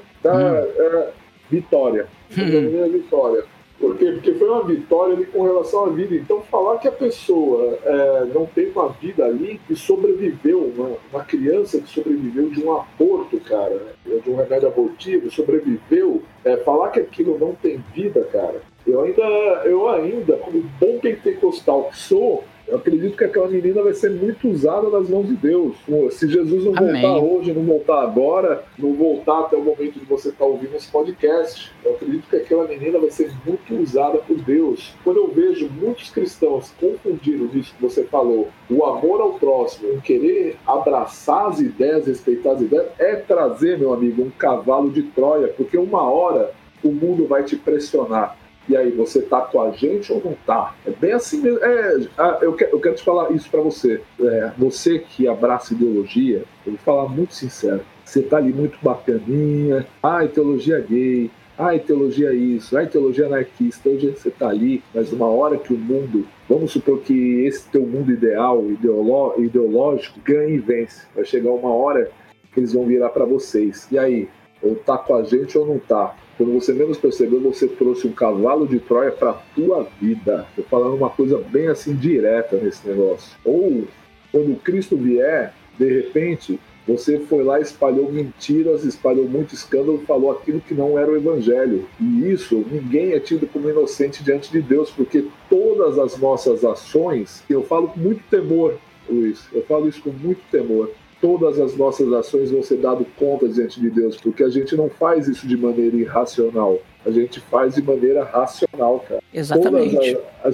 S1: Vitória. A menina é Vitória. Por quê? Porque foi uma vitória ali com relação à vida. Então, falar que a pessoa não tem uma vida ali e sobreviveu, uma criança que sobreviveu de um aborto, cara, de um remédio abortivo, sobreviveu, falar que aquilo não tem vida, cara, eu ainda, como bom pentecostal que sou, eu acredito que aquela menina vai ser muito usada nas mãos de Deus. Se Jesus não voltar hoje, não voltar agora, não voltar até o momento de você estar ouvindo esse podcast, eu acredito que aquela menina vai ser muito usada por Deus. Quando eu vejo muitos cristãos confundindo isso que você falou, o amor ao próximo, em querer abraçar as ideias, respeitar as ideias, é trazer, meu amigo, um cavalo de Troia, porque uma hora o mundo vai te pressionar. E aí, você tá com a gente ou não tá? É bem assim mesmo. Eu quero te falar isso pra você. Você que abraça ideologia, eu vou falar muito sincero. Você tá ali muito bacaninha. Teologia gay. Teologia isso. Teologia anarquista. Hoje você tá ali, mas uma hora que o mundo... Vamos supor que esse teu mundo ideal, ideológico, ganha e vence. Vai chegar uma hora que eles vão virar pra vocês. E aí? Ou tá com a gente ou não tá? Quando você menos percebeu, você trouxe um cavalo de Troia para a tua vida. Estou falando uma coisa bem assim direta nesse negócio. Ou, quando Cristo vier, de repente, você foi lá, espalhou mentiras, espalhou muito escândalo, falou aquilo que não era o evangelho. E isso, ninguém é tido como inocente diante de Deus, porque todas as nossas ações, eu falo com muito temor, Luiz, eu falo isso com muito temor, todas as nossas ações vão ser dadas conta diante de Deus, porque a gente não faz isso de maneira irracional, a gente faz de maneira racional, cara.
S2: Exatamente.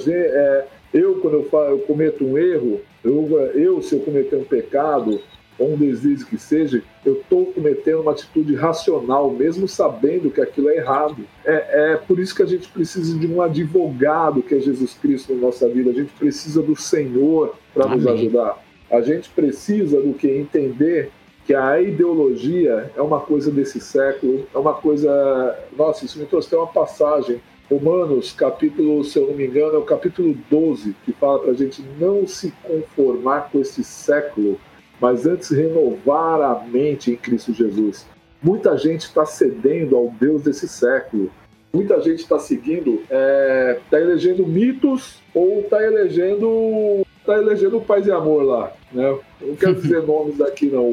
S1: Quando eu cometo um erro, se eu cometer um pecado, ou um deslize que seja, eu estou cometendo uma atitude racional, mesmo sabendo que aquilo é errado. É por isso que a gente precisa de um advogado, que é Jesus Cristo na nossa vida, a gente precisa do Senhor para nos ajudar. A gente precisa do que entender que a ideologia é uma coisa desse século, é uma coisa... Nossa, isso me trouxe até uma passagem. Romanos, capítulo, se eu não me engano, é o capítulo 12, que fala para a gente não se conformar com esse século, mas antes renovar a mente em Cristo Jesus. Muita gente está cedendo ao Deus desse século. Muita gente está seguindo, está elegendo mitos ou está elegendo Paz e Amor lá, né? Eu não quero dizer nomes daqui, não.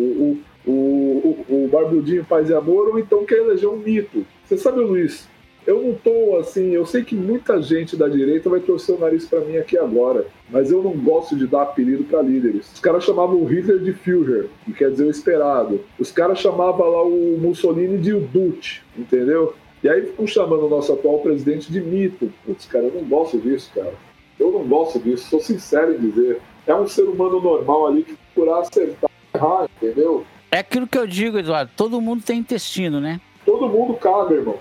S1: O Barbudinho Paz e Amor, ou então quer eleger um mito. Você sabe, Luiz, eu não tô assim... Eu sei que muita gente da direita vai torcer o nariz pra mim aqui agora, mas eu não gosto de dar apelido pra líderes. Os caras chamavam o Hitler de Führer, que quer dizer o esperado. Os caras chamavam lá o Mussolini de Duce, entendeu? E aí ficam chamando o nosso atual presidente de mito. Putz, cara, eu não gosto disso, cara. Eu não não gosto disso, sou sincero em dizer. É um ser humano normal ali que procurar acertar e errar, entendeu?
S2: É aquilo que eu digo, Eduardo, todo mundo tem intestino, né?
S1: Todo mundo caga, irmão.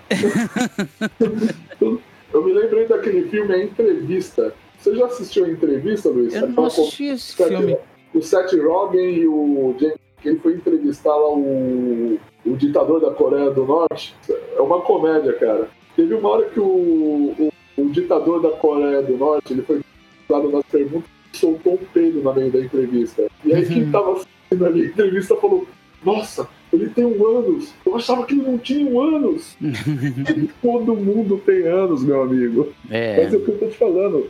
S1: Eu me lembrei daquele filme A Entrevista. Você já assistiu A Entrevista, Luiz?
S2: Eu não assisti esse filme.
S1: O Seth Rogen e o James, que ele foi entrevistar lá o ditador da Coreia do Norte. É uma comédia, cara. Teve uma hora que o ditador da Coreia do Norte, ele foi dado nas perguntas e soltou um peido no meio da entrevista. E aí quem tava assistindo ali a entrevista falou: nossa, ele tem ânus. Eu achava que ele não tinha ânus. Todo mundo tem ânus, meu amigo. Mas é o que eu tô te falando.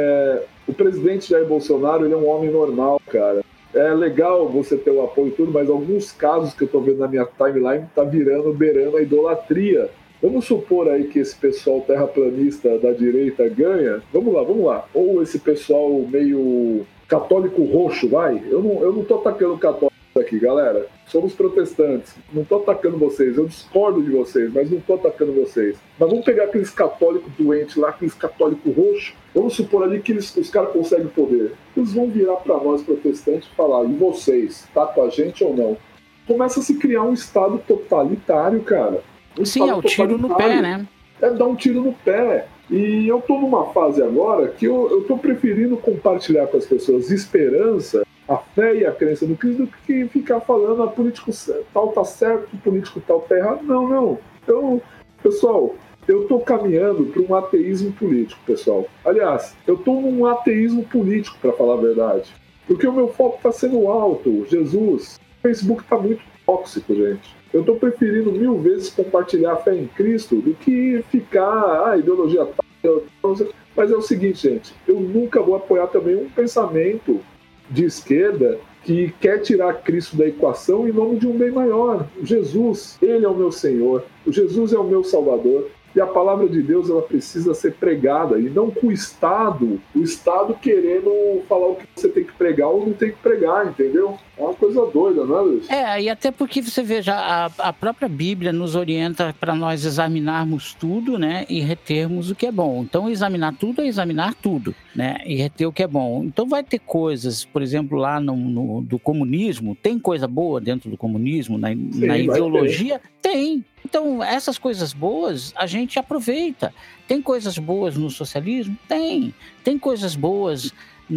S1: O presidente Jair Bolsonaro, ele é um homem normal, cara. É legal você ter o apoio e tudo, mas alguns casos que eu tô vendo na minha timeline tá beirando a idolatria. Vamos supor aí que esse pessoal terraplanista da direita ganha. Vamos lá. Ou esse pessoal meio católico roxo, vai. Eu não tô atacando católico aqui, galera. Somos protestantes. Não tô atacando vocês. Eu discordo de vocês, mas não tô atacando vocês. Mas vamos pegar aqueles católicos doentes lá, aqueles católicos roxos. Vamos supor ali que os caras conseguem poder. Eles vão virar para nós protestantes e falar: e vocês, tá com a gente ou não? Começa a se criar um estado totalitário, cara.
S2: Sim, é o tiro no pé, né?
S1: É dar um tiro no pé. E eu tô numa fase agora que eu tô preferindo compartilhar com as pessoas esperança, a fé e a crença no Cristo, do que ficar falando a político tal tá certo, o político tal tá errado. Não. Pessoal, eu tô caminhando para um ateísmo político, pessoal. Aliás, eu tô num ateísmo político, para falar a verdade. Porque o meu foco tá sendo alto. Jesus, o Facebook tá muito tóxico, gente. Eu tô preferindo 1000 vezes compartilhar a fé em Cristo do que ficar, ideologia tal. Mas é o seguinte, gente, eu nunca vou apoiar também um pensamento de esquerda que quer tirar Cristo da equação em nome de um bem maior. Jesus, ele é o meu Senhor, o Jesus é o meu Salvador. E a palavra de Deus, ela precisa ser pregada, e não com o Estado querendo falar o que você tem que pregar ou não tem que pregar, entendeu? É uma coisa doida, não é, Luiz?
S2: E até porque você veja, a própria Bíblia nos orienta para nós examinarmos tudo, né, e retermos o que é bom. Então, examinar tudo é examinar tudo, né, e reter o que é bom. Então, vai ter coisas, por exemplo, lá do comunismo, tem coisa boa dentro do comunismo, na ideologia? Tem. Então, essas coisas boas a gente aproveita. Tem coisas boas no socialismo? Tem. Tem coisas boas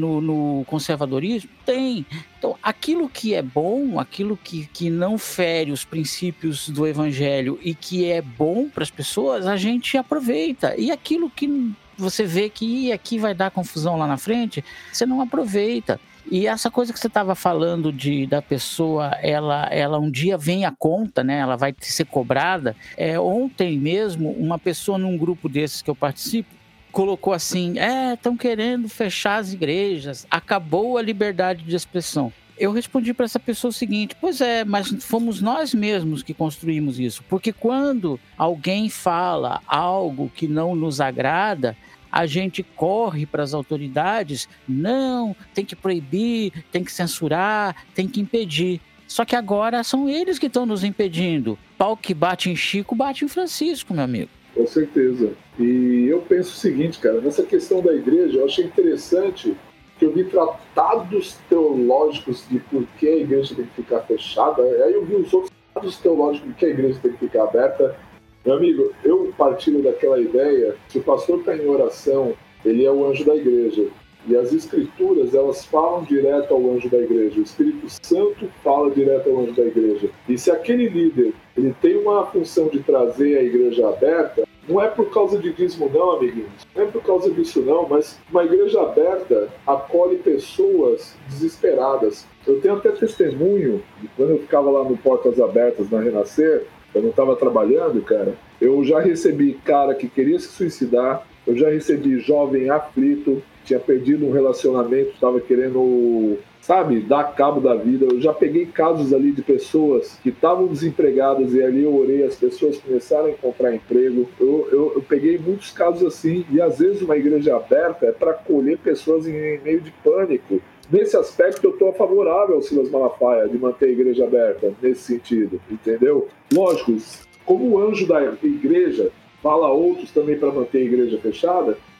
S2: no conservadorismo? Tem. Então, aquilo que é bom, aquilo que não fere os princípios do evangelho e que é bom para as pessoas, a gente aproveita. E aquilo que você vê que aqui vai dar confusão lá na frente, você não aproveita. E essa coisa que você estava falando da pessoa, ela um dia vem à conta, né? Ela vai ser cobrada. Ontem mesmo, uma pessoa num grupo desses que eu participo colocou assim: estão querendo fechar as igrejas, acabou a liberdade de expressão. Eu respondi para essa pessoa o seguinte: pois é, mas fomos nós mesmos que construímos isso. Porque quando alguém fala algo que não nos agrada, a gente corre para as autoridades, não, tem que proibir, tem que censurar, tem que impedir. Só que agora são eles que estão nos impedindo. Pau que bate em Chico, bate em Francisco, meu amigo.
S1: Com certeza. E eu penso o seguinte, cara, nessa questão da igreja, eu achei interessante que eu vi tratados teológicos de por que a igreja tem que ficar fechada, aí eu vi os outros tratados teológicos de que a igreja tem que ficar aberta. Meu amigo, eu partilho daquela ideia, se o pastor está em oração, ele é o anjo da igreja. E as escrituras, elas falam direto ao anjo da igreja. O Espírito Santo fala direto ao anjo da igreja. E se aquele líder, ele tem uma função de trazer a igreja aberta, não é por causa de dízimo não, amiguinhos. Não é por causa disso não, mas uma igreja aberta acolhe pessoas desesperadas. Eu tenho até testemunho de quando eu ficava lá no Portas Abertas, na Renascer, eu não estava trabalhando, cara. Eu já recebi cara que queria se suicidar, eu já recebi jovem aflito, tinha perdido um relacionamento, estava querendo, dar cabo da vida. Eu já peguei casos ali de pessoas que estavam desempregadas e ali eu orei, as pessoas começaram a encontrar emprego. Eu peguei muitos casos assim, e às vezes uma igreja aberta é para acolher pessoas em meio de pânico. Nesse aspecto, eu estou favorável ao Silas Malafaia de manter a igreja aberta, nesse sentido, entendeu? Lógico, como o anjo da igreja fala a outros também para manter a igreja fechada,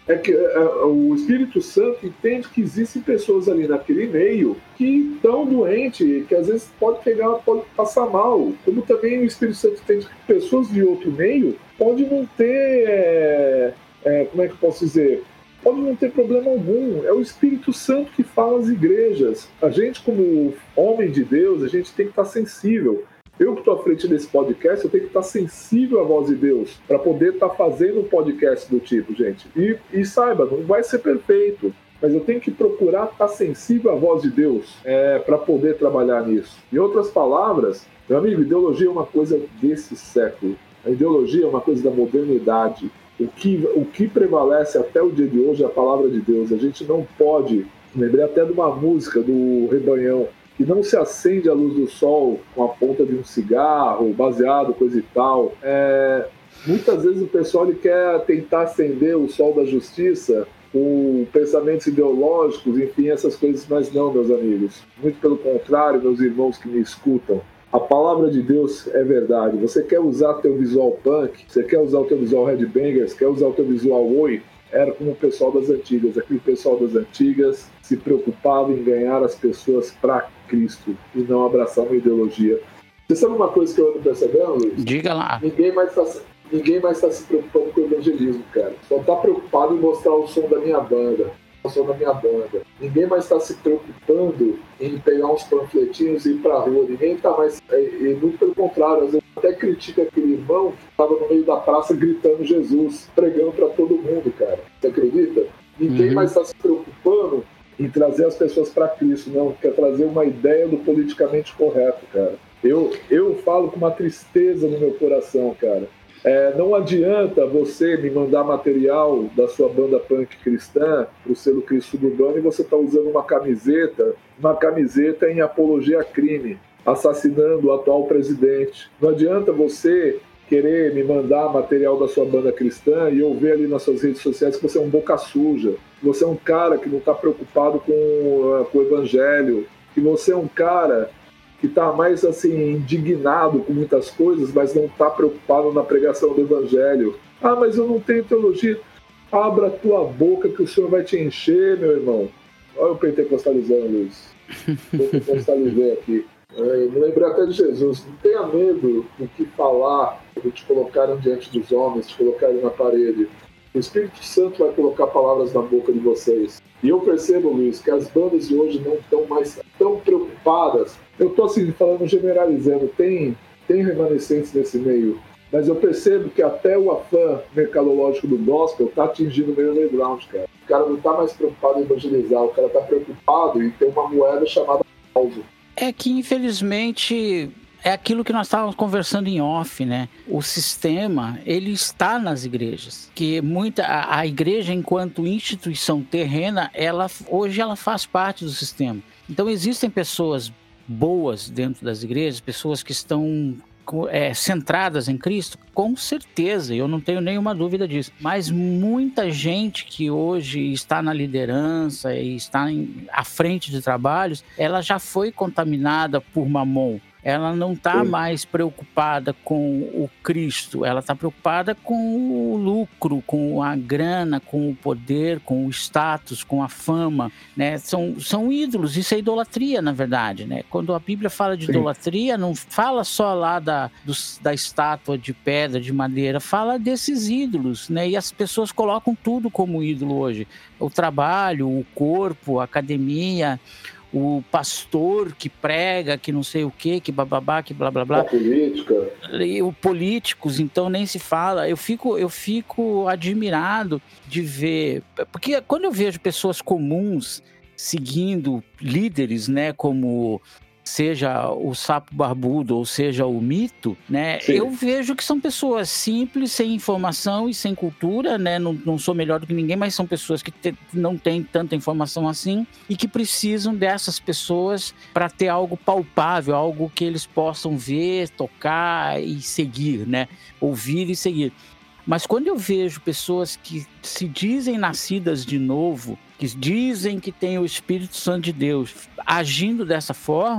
S1: é que o Espírito Santo entende que existem pessoas ali naquele meio que estão doentes, que às vezes pode passar mal. Como também o Espírito Santo entende que pessoas de outro meio podem não ter, como é que eu posso dizer? Pode não ter problema algum. É o Espírito Santo que fala às igrejas. A gente, como homem de Deus, a gente tem que estar sensível. Eu que estou à frente desse podcast, eu tenho que estar sensível à voz de Deus para poder estar fazendo um podcast do tipo, gente. E saiba, não vai ser perfeito, mas eu tenho que procurar estar sensível à voz de Deus para poder trabalhar nisso. Em outras palavras, meu amigo, ideologia é uma coisa desse século. A ideologia é uma coisa da modernidade. O que prevalece até o dia de hoje é a palavra de Deus. A gente não pode... Lembrei até de uma música do Rebanhão, que não se acende a luz do sol com a ponta de um cigarro, baseado, coisa e tal. Muitas vezes o pessoal ele quer tentar acender o sol da justiça com pensamentos ideológicos, enfim, essas coisas, mas não, meus amigos. Muito pelo contrário, meus irmãos que me escutam. A palavra de Deus é verdade. Você quer usar teu visual punk, você quer usar o teu visual headbangers, quer usar o teu visual oi, era como o pessoal das antigas. Aquele pessoal das antigas se preocupava em ganhar as pessoas para Cristo e não abraçar uma ideologia. Você sabe uma coisa que eu ando percebendo, Luiz?
S2: Diga lá.
S1: Ninguém mais está se preocupando com o evangelismo, cara. Só está preocupado em mostrar o som da minha banda. Ninguém mais está se preocupando em pegar uns panfletinhos e ir pra rua. Ninguém está mais... E muito pelo contrário, às vezes até critica aquele irmão que estava no meio da praça gritando Jesus, pregando para todo mundo, cara. Você acredita? Ninguém mais está se preocupando em trazer as pessoas para Cristo, não. Quer trazer uma ideia do politicamente correto, cara. Eu falo com uma tristeza no meu coração, cara. Não adianta você me mandar material da sua banda punk cristã pro selo Cristo Urbano e você tá usando uma camiseta em apologia a crime, assassinando o atual presidente. Não adianta você querer me mandar material da sua banda cristã e eu ver ali nas suas redes sociais que você é um boca suja, que você é um cara que não está preocupado com o evangelho, que você é um cara que está mais assim indignado com muitas coisas, mas não está preocupado na pregação do evangelho. Ah, mas eu não tenho teologia. Abra a tua boca que o Senhor vai te encher, meu irmão. Olha o pentecostalizando, Luiz. Pentecostalizei aqui. Me lembrei até de Jesus. Não tenha medo do que falar, de te colocarem diante dos homens, te colocarem na parede. O Espírito Santo vai colocar palavras na boca de vocês. E eu percebo, Luiz, que as bandas de hoje não estão mais tão preocupadas. Eu estou assim, falando generalizando, tem remanescentes nesse meio, mas eu percebo que até o afã mercadológico do gospel está atingindo o meio underground, cara. O cara não está mais preocupado em evangelizar, o cara está preocupado em ter uma moeda chamada alvo.
S2: É que, infelizmente, é aquilo que nós estávamos conversando em off, né? O sistema, ele está nas igrejas. Que a igreja, enquanto instituição terrena, hoje ela faz parte do sistema. Então, existem pessoas boas dentro das igrejas, pessoas que estão centradas em Cristo, com certeza, eu não tenho nenhuma dúvida disso. Mas muita gente que hoje está na liderança e está à frente de trabalhos, ela já foi contaminada por Mamon. Ela não está mais preocupada com o Cristo, ela está preocupada com o lucro, com a grana, com o poder, com o status, com a fama, né? São ídolos, isso é idolatria, na verdade, né? Quando a Bíblia fala de idolatria, não fala só lá da estátua de pedra, de madeira, fala desses ídolos, né? E as pessoas colocam tudo como ídolo hoje. O trabalho, o corpo, a academia, o pastor que prega, que não sei o que bababá, que blá blá blá.
S1: A política.
S2: E os políticos, então nem se fala. Eu fico admirado de ver, porque quando eu vejo pessoas comuns seguindo líderes, né, como seja o Sapo Barbudo ou seja o Mito, né? Sim. Eu vejo que são pessoas simples, sem informação e sem cultura, né? Não sou melhor do que ninguém, mas são pessoas que não têm tanta informação assim e que precisam dessas pessoas para ter algo palpável, algo que eles possam ver, tocar e seguir, né? Ouvir e seguir. Mas quando eu vejo pessoas que se dizem nascidas de novo, que dizem que têm o Espírito Santo de Deus, agindo dessa forma,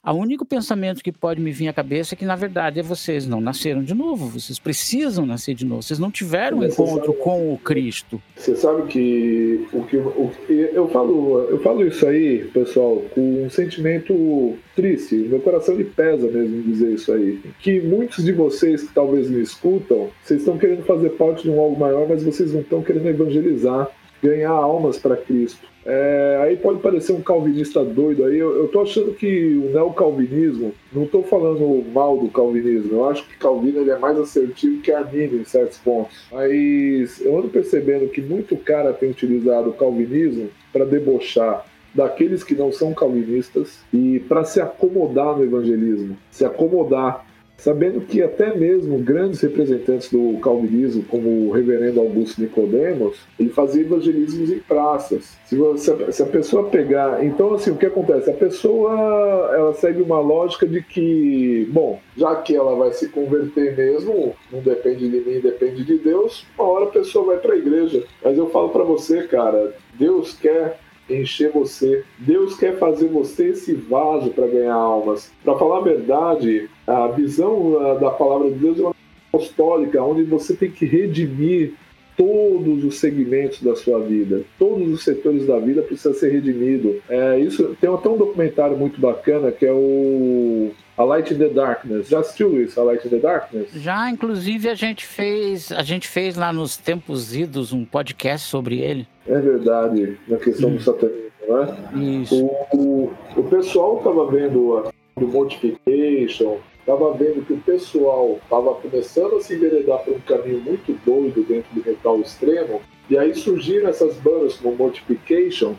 S2: O único pensamento que pode me vir à cabeça é que, na verdade, vocês não nasceram de novo, vocês precisam nascer de novo, vocês não tiveram um encontro com o Cristo.
S1: Você sabe que eu falo isso aí, pessoal, com um sentimento triste, meu coração me pesa mesmo em dizer isso aí, que muitos de vocês que talvez me escutam, vocês estão querendo fazer parte de um algo maior, mas vocês não estão querendo evangelizar, ganhar almas para Cristo. Aí pode parecer um calvinista doido aí. Eu tô achando que o neocalvinismo, não tô falando mal do calvinismo, eu acho que Calvino ele é mais assertivo que Armínio em certos pontos, mas eu ando percebendo que muito cara tem utilizado o calvinismo para debochar daqueles que não são calvinistas e para se acomodar no evangelismo, se acomodar, sabendo que até mesmo grandes representantes do calvinismo, como o reverendo Augusto Nicodemos, ele fazia evangelismos em praças. Se a pessoa pegar... Então, assim, o que acontece? A pessoa ela segue uma lógica de que, bom, já que ela vai se converter mesmo, não depende de mim, depende de Deus, uma hora a pessoa vai para a igreja. Mas eu falo para você, cara, Deus quer encher você, Deus quer fazer você esse vaso para ganhar almas. Para falar a verdade, a visão da palavra de Deus é uma apostólica, onde você tem que redimir todos os segmentos da sua vida, todos os setores da vida precisa ser redimido. Isso tem até um documentário muito bacana que é o A Light in the Darkness. Já assistiu isso, A Light in the Darkness?
S2: Já, inclusive a gente fez lá nos tempos idos um podcast sobre ele.
S1: É verdade, na questão do satanismo, né?
S2: Isso.
S1: O pessoal estava vendo a do Mortification, estava vendo que o pessoal estava começando a se enveredar por um caminho muito doido dentro do metal extremo, e aí surgiram essas bandas como Mortification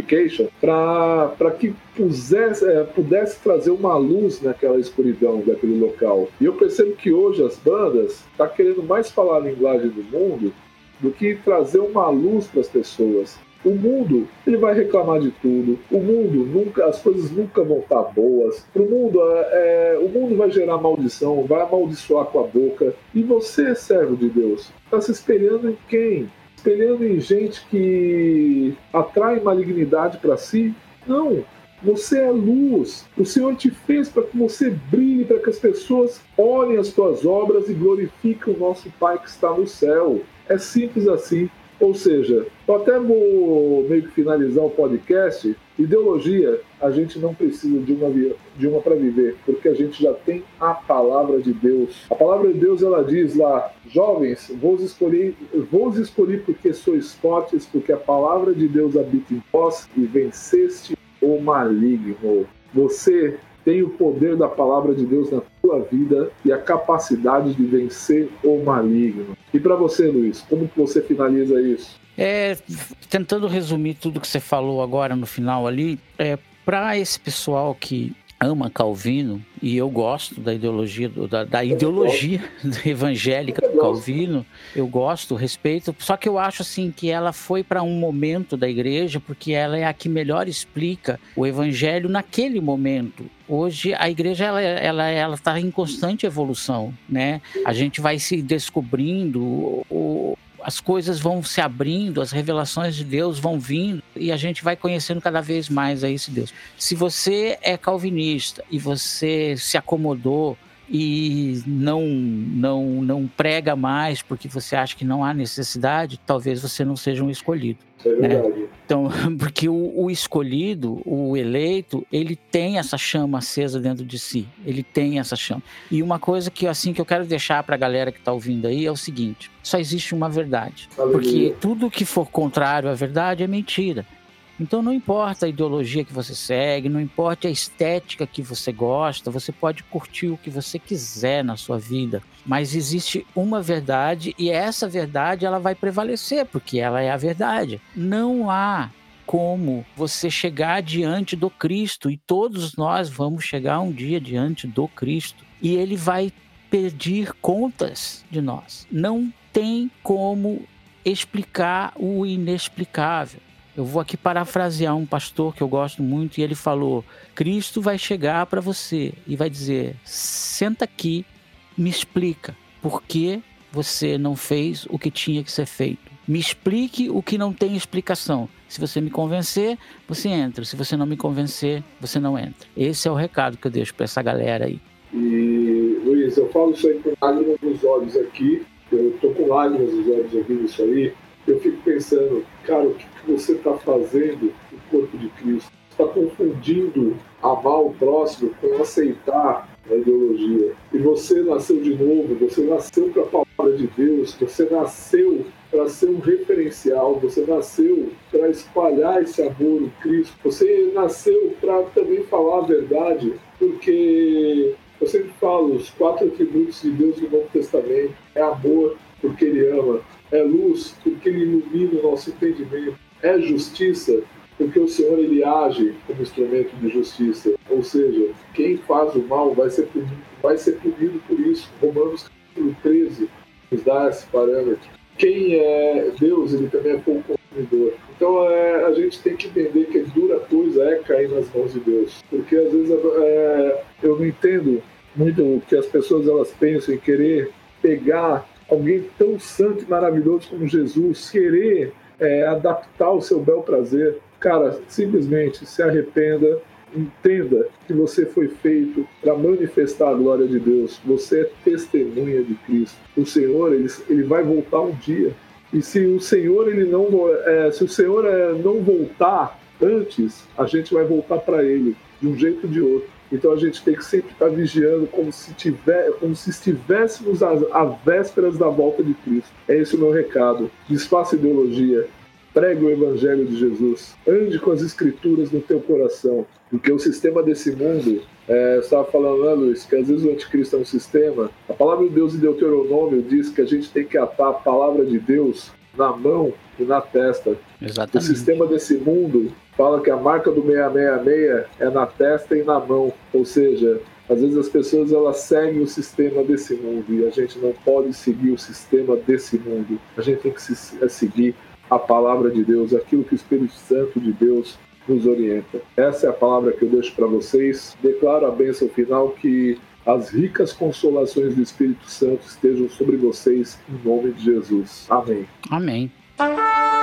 S1: para que pudesse trazer uma luz naquela escuridão daquele local. E eu percebo que hoje as bandas estão querendo mais falar a linguagem do mundo do que trazer uma luz para as pessoas. O mundo, ele vai reclamar de tudo. O mundo, as coisas nunca vão estar boas. O mundo vai gerar maldição, vai amaldiçoar com a boca. E você, servo de Deus, está se espelhando em quem? Espelhando em gente que atrai malignidade para si? Não. Você é luz. O Senhor te fez para que você brilhe, para que as pessoas olhem as tuas obras e glorifiquem o nosso Pai que está no céu. É simples assim. Ou seja, eu até vou meio que finalizar o podcast. Ideologia, a gente não precisa de uma para viver, porque a gente já tem a palavra de Deus. A palavra de Deus, ela diz lá: jovens, vos escolhi porque sois fortes, porque a palavra de Deus habita em vós e venceste o maligno. Você tem o poder da palavra de Deus na tua vida e a capacidade de vencer o maligno. E para você, Luiz, como que você finaliza isso?
S2: Tentando resumir tudo que você falou agora no final ali, para esse pessoal que ama Calvino, e eu gosto da ideologia, da ideologia evangélica do Calvino, eu gosto, respeito, só que eu acho assim que ela foi para um momento da igreja, porque ela é a que melhor explica o evangelho naquele momento. Hoje a igreja ela está em constante evolução, né? A gente vai se descobrindo, as coisas vão se abrindo, as revelações de Deus vão vindo e a gente vai conhecendo cada vez mais a esse Deus. Se você é calvinista e você se acomodou e não prega mais porque você acha que não há necessidade, talvez você não seja um escolhido.
S1: É verdade.
S2: Né? Então, porque o escolhido, o eleito, ele tem essa chama acesa dentro de si. Ele tem essa chama. E uma coisa que eu quero deixar para a galera que está ouvindo aí é o seguinte: só existe uma verdade. Porque tudo que for contrário à verdade é mentira. Então não importa a ideologia que você segue, não importa a estética que você gosta, você pode curtir o que você quiser na sua vida, mas existe uma verdade e essa verdade ela vai prevalecer, porque ela é a verdade. Não há como você chegar diante do Cristo, e todos nós vamos chegar um dia diante do Cristo, e Ele vai pedir contas de nós. Não tem como explicar o inexplicável. Eu vou aqui parafrasear um pastor que eu gosto muito e ele falou: Cristo vai chegar para você e vai dizer: senta aqui, me explica por que você não fez o que tinha que ser feito. Me explique o que não tem explicação. Se você me convencer, você entra. Se você não me convencer, você não entra. Esse é o recado que eu deixo para essa galera aí.
S1: E, Luiz, eu falo isso aí com lágrimas nos olhos aqui. Eu tô com lágrimas nos olhos ouvindo isso aí. Eu fico pensando, cara, o que você está fazendo no corpo de Cristo? Você está confundindo amar o próximo com aceitar a ideologia. E você nasceu de novo, você nasceu para a palavra de Deus, você nasceu para ser um referencial, você nasceu para espalhar esse amor em Cristo, você nasceu para também falar a verdade, porque eu sempre falo, os 4 atributos de Deus no Novo Testamento é amor, porque Ele ama, é luz, porque Ele ilumina o nosso entendimento, é justiça, porque o Senhor Ele age como instrumento de justiça, ou seja, quem faz o mal vai ser punido por isso. Romanos capítulo 13 nos dá esse parâmetro. Quem é Deus, Ele também é fogo consumidor. Então a gente tem que entender que dura coisa é cair nas mãos de Deus, porque às vezes eu não entendo muito o que as pessoas elas pensam em querer pegar alguém tão santo e maravilhoso como Jesus, querer adaptar o seu bel prazer. Cara, simplesmente se arrependa, entenda que você foi feito para manifestar a glória de Deus. Você é testemunha de Cristo. O Senhor, ele vai voltar um dia. E se o Senhor não voltar antes, a gente vai voltar para Ele de um jeito ou de outro. Então a gente tem que sempre estar vigiando como se estivéssemos às vésperas da volta de Cristo. É esse o meu recado. Desfaça ideologia. Pregue o Evangelho de Jesus. Ande com as Escrituras no teu coração. Porque o sistema desse mundo, eu estava falando, né, Luiz, que às vezes o anticristo é um sistema. A palavra de Deus em Deuteronômio diz que a gente tem que atar a palavra de Deus na mão e na testa.
S2: Exatamente.
S1: O sistema desse mundo fala que a marca do 666 é na testa e na mão. Ou seja, às vezes as pessoas elas seguem o sistema desse mundo e a gente não pode seguir o sistema desse mundo. A gente tem que seguir a palavra de Deus, aquilo que o Espírito Santo de Deus nos orienta. Essa é a palavra que eu deixo para vocês. Declaro a bênção final, que as ricas consolações do Espírito Santo estejam sobre vocês, em nome de Jesus. Amém.
S2: Amém.